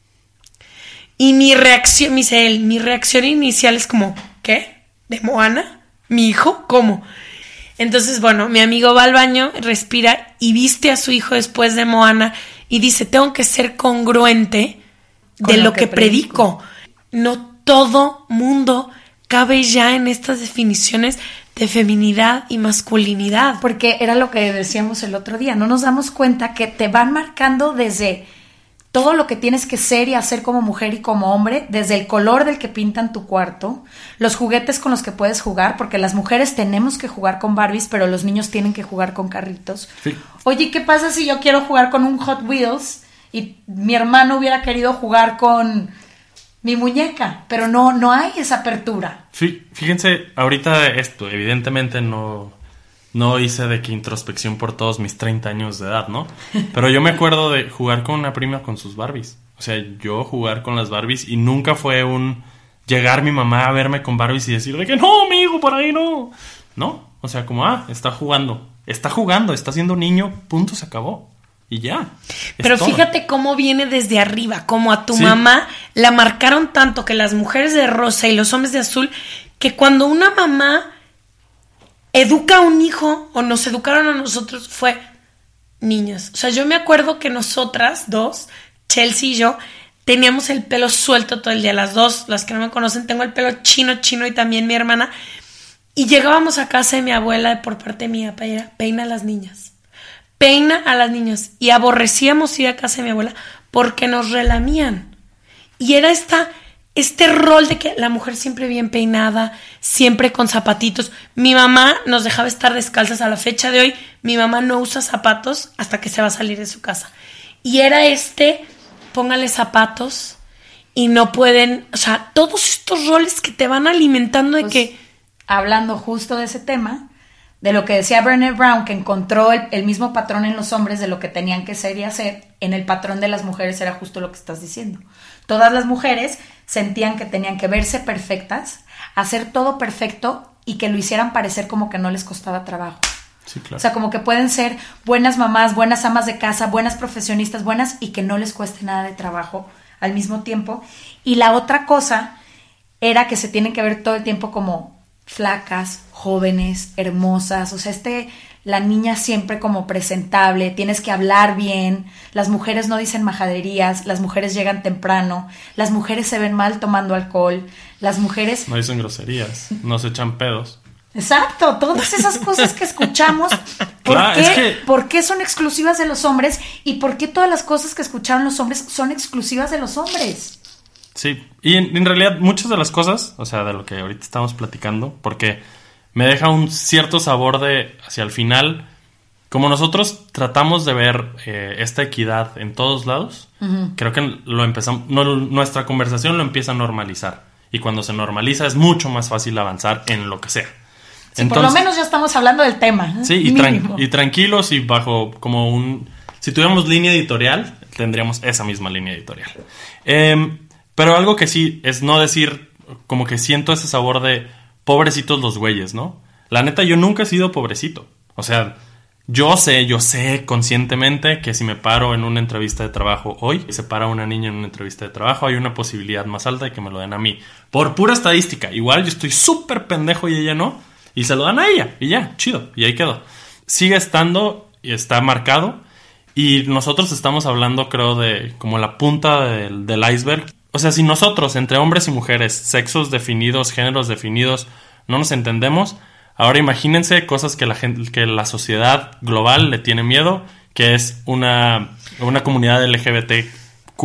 [SPEAKER 3] Y mi reacción, me dice él, mi reacción inicial es como, ¿qué? ¿De Moana? ¿Mi hijo? ¿Cómo? Entonces, bueno, mi amigo va al baño, respira y viste a su hijo después de Moana y dice, tengo que ser congruente de lo que predico. No todo mundo cabe ya en estas definiciones de feminidad y masculinidad.
[SPEAKER 2] Porque era lo que decíamos el otro día, no nos damos cuenta que te van marcando desde todo lo que tienes que ser y hacer como mujer y como hombre, desde el color del que pintan tu cuarto, los juguetes con los que puedes jugar, porque las mujeres tenemos que jugar con Barbies, pero los niños tienen que jugar con carritos. Sí. Oye, ¿qué pasa si yo quiero jugar con un Hot Wheels y mi hermano hubiera querido jugar con mi muñeca? Pero no hay esa apertura.
[SPEAKER 1] Sí, fíjense, ahorita esto, evidentemente no hice de que introspección por todos mis 30 años de edad, ¿no? Pero yo me acuerdo de jugar con una prima con sus Barbies. O sea, yo jugar con las Barbies y nunca fue llegar mi mamá a verme con Barbies y decir de que no, mi hijo, por ahí no. No, o sea, como, está jugando, está siendo niño, punto, se acabó. Y ya.
[SPEAKER 3] Pero fíjate cómo viene desde arriba, como a tu mamá la marcaron tanto que las mujeres de rosa y los hombres de azul, que cuando una mamá educa a un hijo, o nos educaron a nosotros, fue niños. O sea, yo me acuerdo que nosotras dos, Chelsea y yo, teníamos el pelo suelto todo el día. Las dos, las que no me conocen, tengo el pelo chino y también mi hermana. Y llegábamos a casa de mi abuela por parte mía, peina a las niñas. Peina a las niñas. Y aborrecíamos ir a casa de mi abuela porque nos relamían. Y era este rol de que la mujer siempre bien peinada, siempre con zapatitos. Mi mamá nos dejaba estar descalzas a la fecha de hoy. Mi mamá no usa zapatos hasta que se va a salir de su casa. Y era póngale zapatos y no pueden, o sea, todos estos roles que te van alimentando de que...
[SPEAKER 2] Hablando justo de ese tema, de lo que decía Brené Brown, que encontró el mismo patrón en los hombres de lo que tenían que ser y hacer, en el patrón de las mujeres era justo lo que estás diciendo. Todas las mujeres sentían que tenían que verse perfectas, hacer todo perfecto y que lo hicieran parecer como que no les costaba trabajo.
[SPEAKER 1] Sí, claro.
[SPEAKER 2] O sea, como que pueden ser buenas mamás, buenas amas de casa, buenas profesionistas, buenas y que no les cueste nada de trabajo al mismo tiempo. Y la otra cosa era que se tienen que ver todo el tiempo como flacas, jóvenes, hermosas, o sea, la niña siempre como presentable, tienes que hablar bien, las mujeres no dicen majaderías, las mujeres llegan temprano, las mujeres se ven mal tomando alcohol, las mujeres...
[SPEAKER 1] No dicen groserías, no se echan pedos.
[SPEAKER 2] Exacto, todas esas cosas que escuchamos, ¿por qué son exclusivas de los hombres? ¿Y por qué todas las cosas que escucharon los hombres son exclusivas de los hombres?
[SPEAKER 1] Sí, y en realidad muchas de las cosas, o sea, de lo que ahorita estamos platicando, porque me deja un cierto sabor de, hacia el final, como nosotros tratamos de ver esta equidad en todos lados, creo que nuestra conversación lo empieza a normalizar. Y cuando se normaliza es mucho más fácil avanzar en lo que sea.
[SPEAKER 2] Sí, entonces, por lo menos ya estamos hablando del tema.
[SPEAKER 1] Sí, y tranquilos y bajo como un... Si tuviéramos línea editorial, tendríamos esa misma línea editorial. Pero algo que sí es no decir, como que siento ese sabor de pobrecitos los güeyes, ¿no? La neta, yo nunca he sido pobrecito. O sea, yo sé conscientemente que si me paro en una entrevista de trabajo hoy, se para una niña en una entrevista de trabajo, hay una posibilidad más alta de que me lo den a mí. Por pura estadística. Igual yo estoy súper pendejo y ella no. Y se lo dan a ella. Y ya, chido. Y ahí quedó. Sigue estando y está marcado. Y nosotros estamos hablando, creo, de como la punta del iceberg. O sea, si nosotros, entre hombres y mujeres, sexos definidos, géneros definidos, no nos entendemos, ahora imagínense cosas que la sociedad global le tiene miedo, que es una comunidad LGBTQ+.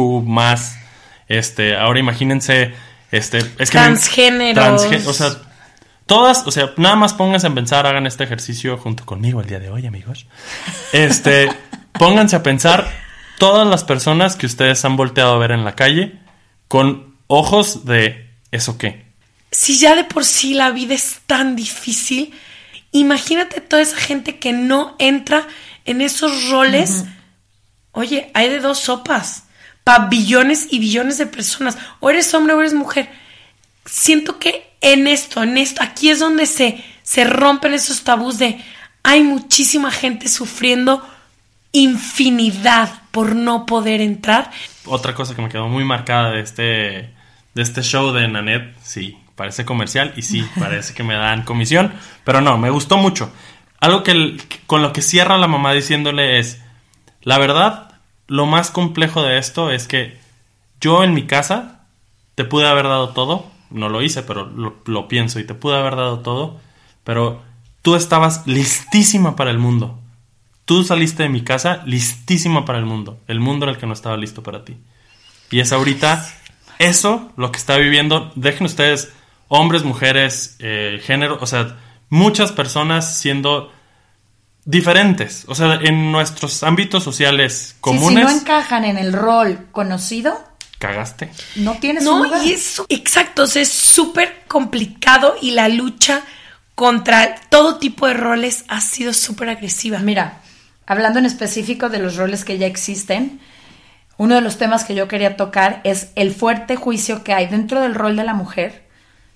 [SPEAKER 1] Ahora imagínense... es que
[SPEAKER 3] transgéneros.
[SPEAKER 1] O sea, todas, o sea, nada más pónganse a pensar, hagan este ejercicio junto conmigo el día de hoy, amigos. Pónganse a pensar todas las personas que ustedes han volteado a ver en la calle con ojos de ¿eso qué?
[SPEAKER 3] Si ya de por sí la vida es tan difícil, imagínate toda esa gente que no entra en esos roles. Oye, hay de dos sopas para billones y billones de personas. O eres hombre o eres mujer. Siento que en esto, aquí es donde se rompen esos tabús de hay muchísima gente sufriendo infinidad por no poder entrar.
[SPEAKER 1] Otra cosa que me quedó muy marcada de este show de Nanette, sí, parece comercial y sí, parece que me dan comisión, pero no, me gustó mucho. Algo con lo que cierra la mamá diciéndole es, la verdad, lo más complejo de esto es que yo en mi casa te pude haber dado todo, no lo hice, pero lo pienso y te pude haber dado todo, pero tú estabas listísima para el mundo. Tú saliste de mi casa listísima para el mundo era el que no estaba listo para ti. Y es ahorita eso lo que está viviendo, dejen ustedes hombres, mujeres, género, o sea, muchas personas siendo diferentes, o sea, en nuestros ámbitos sociales comunes.
[SPEAKER 2] Si no encajan en el rol conocido,
[SPEAKER 1] cagaste.
[SPEAKER 2] No tienes un lugar.
[SPEAKER 3] Y eso, exacto, o sea, es súper complicado y la lucha contra todo tipo de roles ha sido súper agresiva.
[SPEAKER 2] Mira, hablando en específico de los roles que ya existen, uno de los temas que yo quería tocar es el fuerte juicio que hay dentro del rol de la mujer.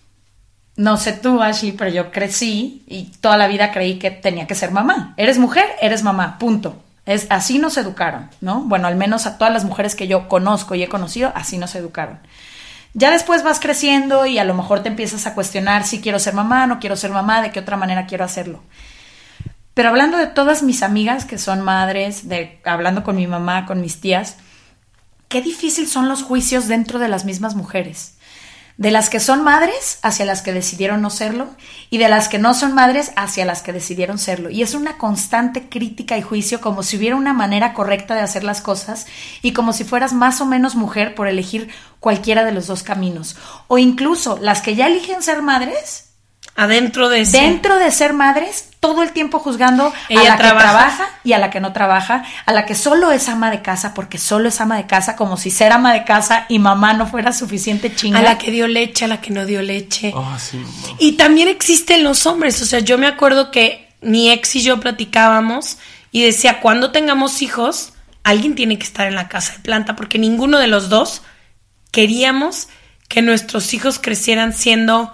[SPEAKER 2] No sé tú, Ashley, pero yo crecí y toda la vida creí que tenía que ser mamá. Eres mujer, eres mamá, punto. Así nos educaron, ¿no? Bueno, al menos a todas las mujeres que yo conozco y he conocido, así nos educaron. Ya después vas creciendo y a lo mejor te empiezas a cuestionar si quiero ser mamá, no quiero ser mamá, de qué otra manera quiero hacerlo. Pero hablando de todas mis amigas que son madres, hablando con mi mamá, con mis tías, qué difícil son los juicios dentro de las mismas mujeres. De las que son madres hacia las que decidieron no serlo y de las que no son madres hacia las que decidieron serlo. Y es una constante crítica y juicio como si hubiera una manera correcta de hacer las cosas y como si fueras más o menos mujer por elegir cualquiera de los dos caminos. O incluso las que ya eligen ser madres...
[SPEAKER 3] Dentro de
[SPEAKER 2] ser madres, todo el tiempo juzgando a la que trabaja y a la que no trabaja, a la que solo es ama de casa porque solo es ama de casa, como si ser ama de casa y mamá no fuera suficiente chinga.
[SPEAKER 3] A la que dio leche, a la que no dio leche.
[SPEAKER 1] Oh, sí, no.
[SPEAKER 3] Y también existen los hombres, o sea, yo me acuerdo que mi ex y yo platicábamos y decía, cuando tengamos hijos, alguien tiene que estar en la casa de planta, porque ninguno de los dos queríamos que nuestros hijos crecieran siendo...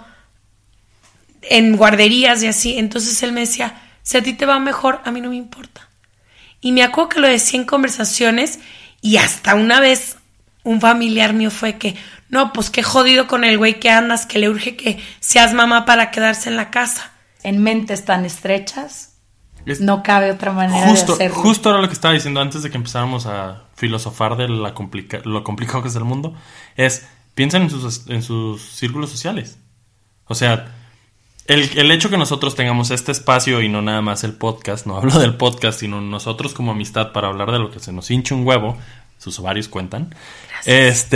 [SPEAKER 3] en guarderías y así. Entonces él me decía, si a ti te va mejor, a mí no me importa. Y me acuerdo que lo decía en conversaciones y hasta una vez un familiar mío fue que, no, pues qué jodido con el güey que andas, que le urge que seas mamá para quedarse en la casa.
[SPEAKER 2] En mentes tan estrechas, no cabe otra manera de hacerlo.
[SPEAKER 1] Justo era lo que estaba diciendo antes de que empezáramos a filosofar de lo complicado que es el mundo, es, piensen en sus círculos sociales. O sea... el hecho que nosotros tengamos este espacio y no nada más el podcast, no hablo del podcast, sino nosotros como amistad para hablar de lo que se nos hincha un huevo, sus ovarios cuentan.
[SPEAKER 2] Gracias.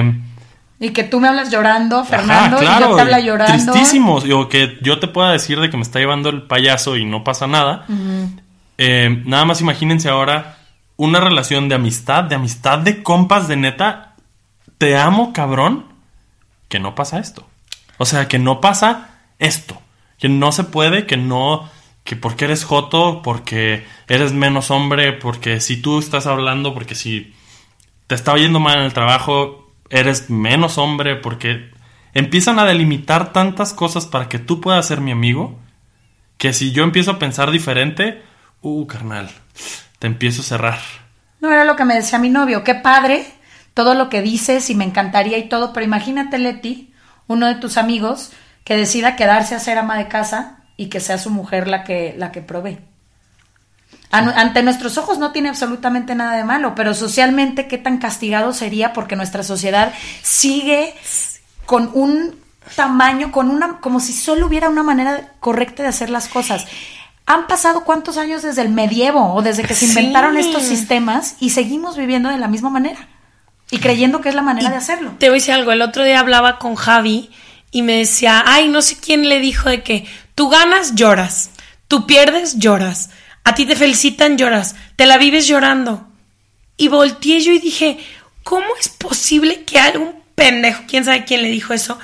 [SPEAKER 2] Y que tú me hablas llorando, Fernando,
[SPEAKER 1] claro,
[SPEAKER 2] y yo te hablo llorando.
[SPEAKER 1] Tristísimo, o que yo te pueda decir de que me está llevando el payaso y no pasa nada. Nada más imagínense ahora una relación de amistad de compas, de neta, te amo, cabrón, que no pasa esto. O sea, que no pasa esto, que no se puede, que porque eres joto, porque eres menos hombre, porque si tú estás hablando, porque si te está yendo mal en el trabajo, eres menos hombre, porque empiezan a delimitar tantas cosas para que tú puedas ser mi amigo, que si yo empiezo a pensar diferente, carnal, te empiezo a cerrar.
[SPEAKER 2] No, era lo que me decía mi novio, qué padre todo lo que dices y me encantaría y todo, pero imagínate, Leti, uno de tus amigos que decida quedarse a ser ama de casa y que sea su mujer la que provee. Ante nuestros ojos no tiene absolutamente nada de malo, pero socialmente qué tan castigado sería, porque nuestra sociedad sigue con un tamaño, como si solo hubiera una manera correcta de hacer las cosas. Han pasado ¿cuántos años desde el medievo o desde que se inventaron estos sistemas y seguimos viviendo de la misma manera y creyendo que es la manera de hacerlo?
[SPEAKER 3] Te voy a decir algo, el otro día hablaba con Javi y me decía, no sé quién le dijo de que tú ganas, lloras, tú pierdes, lloras, a ti te felicitan, lloras, te la vives llorando. Y volteé yo y dije, ¿cómo es posible que algún pendejo, quién sabe quién le dijo eso,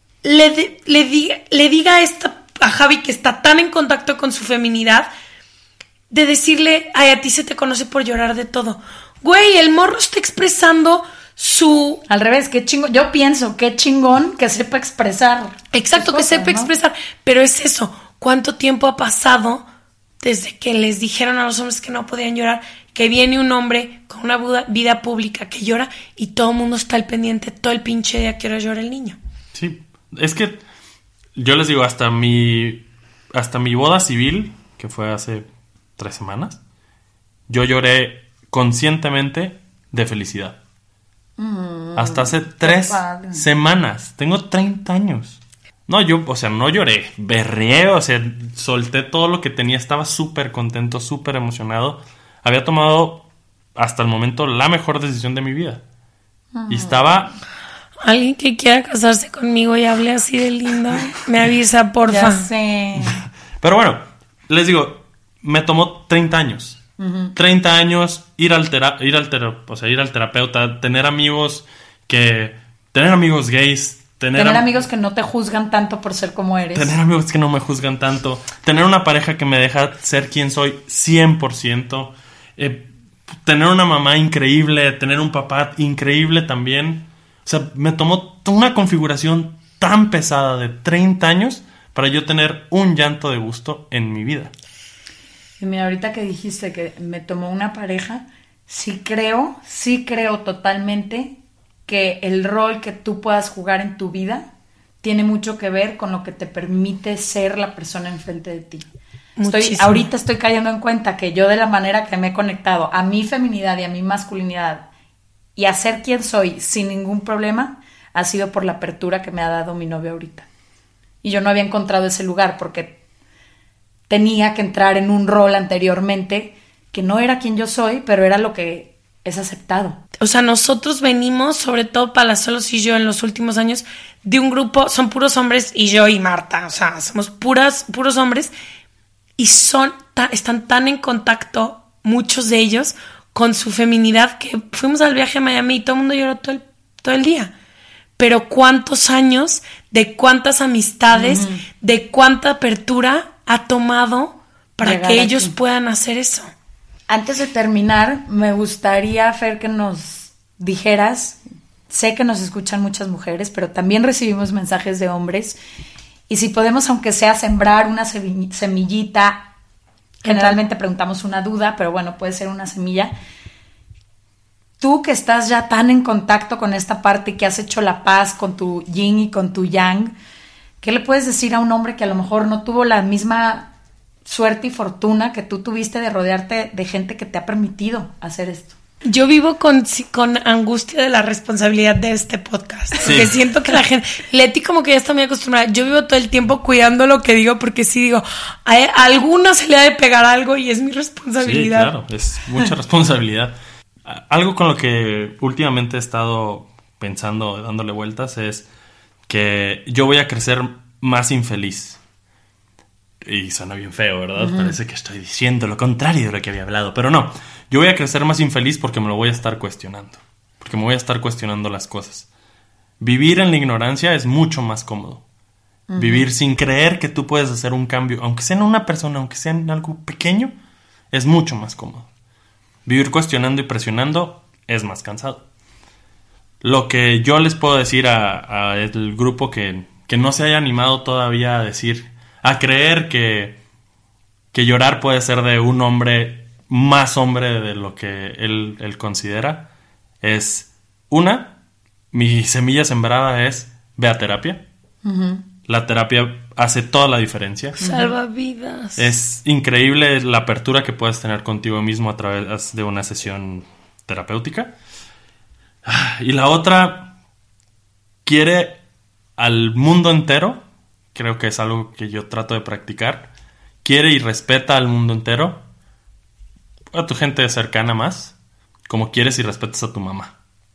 [SPEAKER 3] le diga a Javi, que está tan en contacto con su feminidad, de decirle, a ti se te conoce por llorar de todo? Güey, el morro está expresando su...
[SPEAKER 2] Al revés, qué chingón. Yo pienso, qué chingón que sepa expresar.
[SPEAKER 3] Exacto, que sepa expresar. Pero es eso, ¿cuánto tiempo ha pasado desde que les dijeron a los hombres que no podían llorar, que viene un hombre con una vida pública que llora y todo el mundo está al pendiente todo el pinche día que ahora llora el niño?
[SPEAKER 1] Sí, es que yo les digo, hasta mi boda civil, que fue hace 3 semanas, yo lloré conscientemente de felicidad. Hasta hace 3 semanas. Tengo 30 años. No, yo, no lloré, berreé, solté todo lo que tenía, estaba súper contento, súper emocionado. Había tomado hasta el momento la mejor decisión de mi vida. Y estaba...
[SPEAKER 3] Alguien que quiera casarse conmigo y hable así de lindo, me avisa, porfa.
[SPEAKER 2] Ya sé.
[SPEAKER 1] Pero bueno, les digo, me tomó 30 años. 30 años ir al terapeuta, tener amigos gays, tener
[SPEAKER 2] amigos que no te juzgan tanto por ser como eres.
[SPEAKER 1] Tener amigos que no me juzgan tanto, tener una pareja que me deja ser quien soy 100%, tener una mamá increíble, tener un papá increíble también. O sea, me tomó una configuración tan pesada de 30 años para yo tener un llanto de gusto en mi vida.
[SPEAKER 2] Y mira, ahorita que dijiste que me tomó una pareja, sí creo totalmente que el rol que tú puedas jugar en tu vida tiene mucho que ver con lo que te permite ser la persona enfrente de ti. Ahorita estoy cayendo en cuenta que yo, de la manera que me he conectado a mi feminidad y a mi masculinidad y a ser quien soy sin ningún problema, ha sido por la apertura que me ha dado mi novio ahorita. Y yo no había encontrado ese lugar porque tenía que entrar en un rol anteriormente que no era quien yo soy, pero era lo que es aceptado.
[SPEAKER 3] O sea, nosotros venimos, sobre todo Palazuelos y yo, en los últimos años, de un grupo, son puros hombres, y yo y Marta, o sea, somos puros hombres, y están tan en contacto, muchos de ellos, con su feminidad, que fuimos al viaje a Miami y todo el mundo lloró todo el día. Pero cuántos años, de cuántas amistades, de cuánta apertura ha tomado para llegar que ellos puedan hacer eso.
[SPEAKER 2] Antes de terminar, me gustaría, Fer, que nos dijeras, sé que nos escuchan muchas mujeres, pero también recibimos mensajes de hombres, y si podemos, aunque sea, sembrar una semillita, generalmente preguntamos una duda, pero bueno, puede ser una semilla. Tú que estás ya tan en contacto con esta parte, que has hecho la paz con tu yin y con tu yang, ¿qué le puedes decir a un hombre que a lo mejor no tuvo la misma suerte y fortuna que tú tuviste de rodearte de gente que te ha permitido hacer esto?
[SPEAKER 3] Yo vivo con angustia de la responsabilidad de este podcast. Sí. Porque siento que la gente... Leti como que ya está muy acostumbrada. Yo vivo todo el tiempo cuidando lo que digo porque sí digo, a alguna se le ha de pegar algo y es mi responsabilidad.
[SPEAKER 1] Sí, claro, es mucha responsabilidad. Algo con lo que últimamente he estado pensando, dándole vueltas, es que yo voy a crecer más infeliz. Y suena bien feo, ¿verdad? Uh-huh. Parece que estoy diciendo lo contrario de lo que había hablado. Pero no, yo voy a crecer más infeliz porque me lo voy a estar cuestionando. Porque me voy a estar cuestionando las cosas. Vivir en la ignorancia es mucho más cómodo. Uh-huh. Vivir sin creer que tú puedes hacer un cambio, aunque sea en una persona, aunque sea en algo pequeño, es mucho más cómodo. Vivir cuestionando y presionando es más cansado. Lo que yo les puedo decir a el grupo que no se haya animado todavía a decir... a creer que llorar puede ser de un hombre más hombre de lo que él considera, es mi semilla sembrada es ve a terapia. Uh-huh. La terapia hace toda la diferencia.
[SPEAKER 3] Salva vidas.
[SPEAKER 1] Es increíble la apertura que puedes tener contigo mismo a través de una sesión terapéutica. Y la otra, quiere al mundo entero. Creo que es algo que yo trato de practicar. Quiere y respeta al mundo entero. A tu gente cercana más. Como quieres y respetas a tu mamá.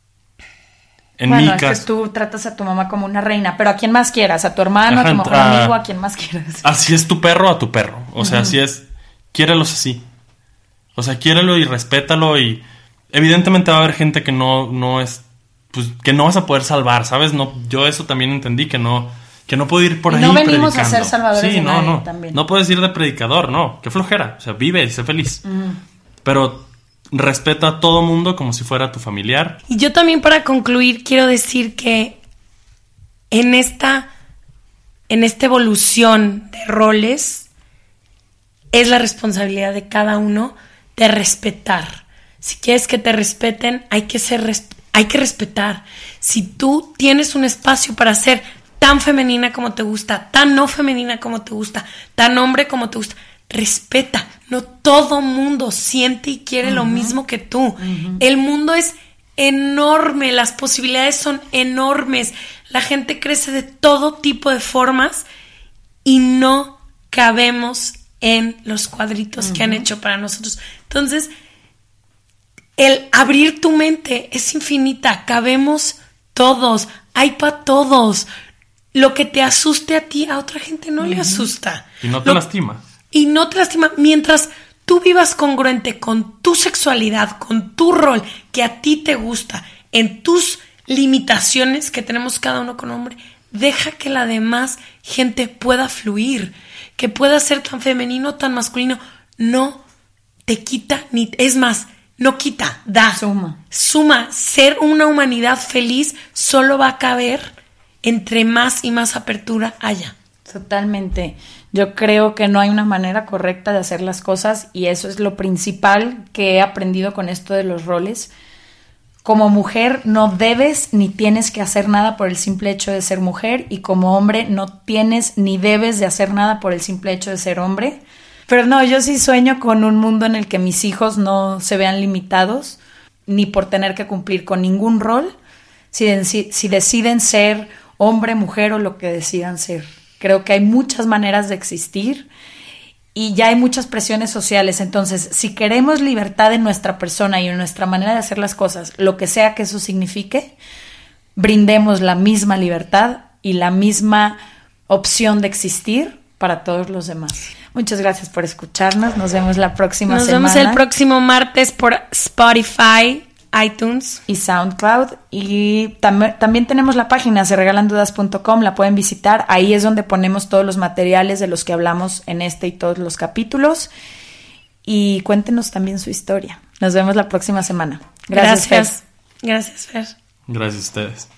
[SPEAKER 1] En mi caso...
[SPEAKER 2] es que tú tratas a tu mamá como una reina. Pero a quien más quieras. A tu hermano, a tu mejor amigo, a quien más quieras.
[SPEAKER 1] Así es tu perro, a tu perro. O sea, así es. Quiérelos así. O sea, quiérelo y respétalo. Y evidentemente va a haber gente que no es... pues que no vas a poder salvar, ¿sabes? No, yo eso también entendí que no puedo ir por ahí
[SPEAKER 2] no venimos
[SPEAKER 1] predicando.
[SPEAKER 2] A ser salvadores de nadie también.
[SPEAKER 1] No puedes ir de predicador, no. Qué flojera. O sea, vive y sé feliz. Pero respeta a todo mundo como si fuera tu familiar.
[SPEAKER 3] Y yo también, para concluir, quiero decir que en esta evolución de roles es la responsabilidad de cada uno de respetar. Si quieres que te respeten, hay que respetar. Si tú tienes un espacio para ser tan femenina como te gusta, tan no femenina como te gusta, tan hombre como te gusta, respeta. No todo mundo siente y quiere lo mismo que tú. El mundo es enorme, las posibilidades son enormes, la gente crece de todo tipo de formas y no cabemos en los cuadritos que han hecho para nosotros. Entonces, el abrir tu mente es infinita, cabemos todos, hay para todos. Lo que te asuste a ti, a otra gente no le asusta.
[SPEAKER 1] Y no te lastima.
[SPEAKER 3] Y no te lastima. Mientras tú vivas congruente con tu sexualidad, con tu rol que a ti te gusta, en tus limitaciones que tenemos cada uno con hombre, deja que la demás gente pueda fluir, que pueda ser tan femenino, tan masculino. No te quita, ni es más, no quita, da. Suma. Ser una humanidad feliz solo va a caber entre más y más apertura haya.
[SPEAKER 2] Totalmente. Yo creo que no hay una manera correcta de hacer las cosas y eso es lo principal que he aprendido con esto de los roles. Como mujer no debes ni tienes que hacer nada por el simple hecho de ser mujer y como hombre no tienes ni debes de hacer nada por el simple hecho de ser hombre. Pero no, yo sí sueño con un mundo en el que mis hijos no se vean limitados ni por tener que cumplir con ningún rol si deciden ser hombre, mujer o lo que decidan ser. Creo que hay muchas maneras de existir y ya hay muchas presiones sociales. Entonces, si queremos libertad en nuestra persona y en nuestra manera de hacer las cosas, lo que sea que eso signifique, brindemos la misma libertad y la misma opción de existir para todos los demás. Muchas gracias por escucharnos. Nos vemos la próxima semana.
[SPEAKER 3] Nos vemos el próximo martes por Spotify, iTunes
[SPEAKER 2] y SoundCloud. Y también tenemos la página seregalandudas.com, la pueden visitar. Ahí es donde ponemos todos los materiales de los que hablamos en este y todos los capítulos. Y cuéntenos también su historia. Nos vemos la próxima semana. Gracias, Fer.
[SPEAKER 3] Gracias, Fer.
[SPEAKER 1] Gracias a ustedes.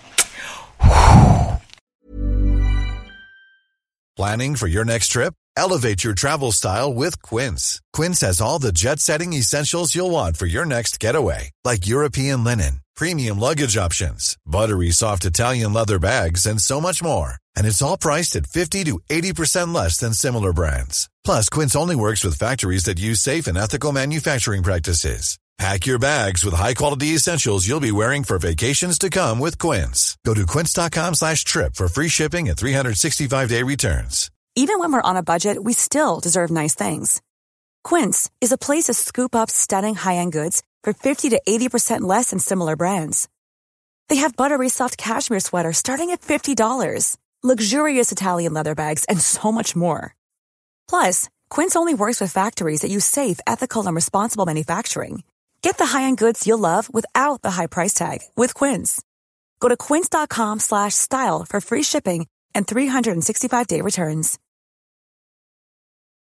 [SPEAKER 7] Planning for your next trip? Elevate your travel style with Quince. Quince has all the jet-setting essentials you'll want for your next getaway, like European linen, premium luggage options, buttery soft Italian leather bags, and so much more. And it's all priced at 50 to 80% less than similar brands. Plus, Quince only works with factories that use safe and ethical manufacturing practices. Pack your bags with high-quality essentials you'll be wearing for vacations to come with Quince. Go to quince.com/trip for free shipping and 365-day returns.
[SPEAKER 8] Even when we're on a budget, we still deserve nice things. Quince is a place to scoop up stunning high-end goods for 50 to 80% less than similar brands. They have buttery soft cashmere sweaters starting at $50, luxurious Italian leather bags, and so much more. Plus, Quince only works with factories that use safe, ethical, and responsible manufacturing. Get the high-end goods you'll love without the high price tag with Quince. Go to quince.com/style for free shipping and 365-day returns.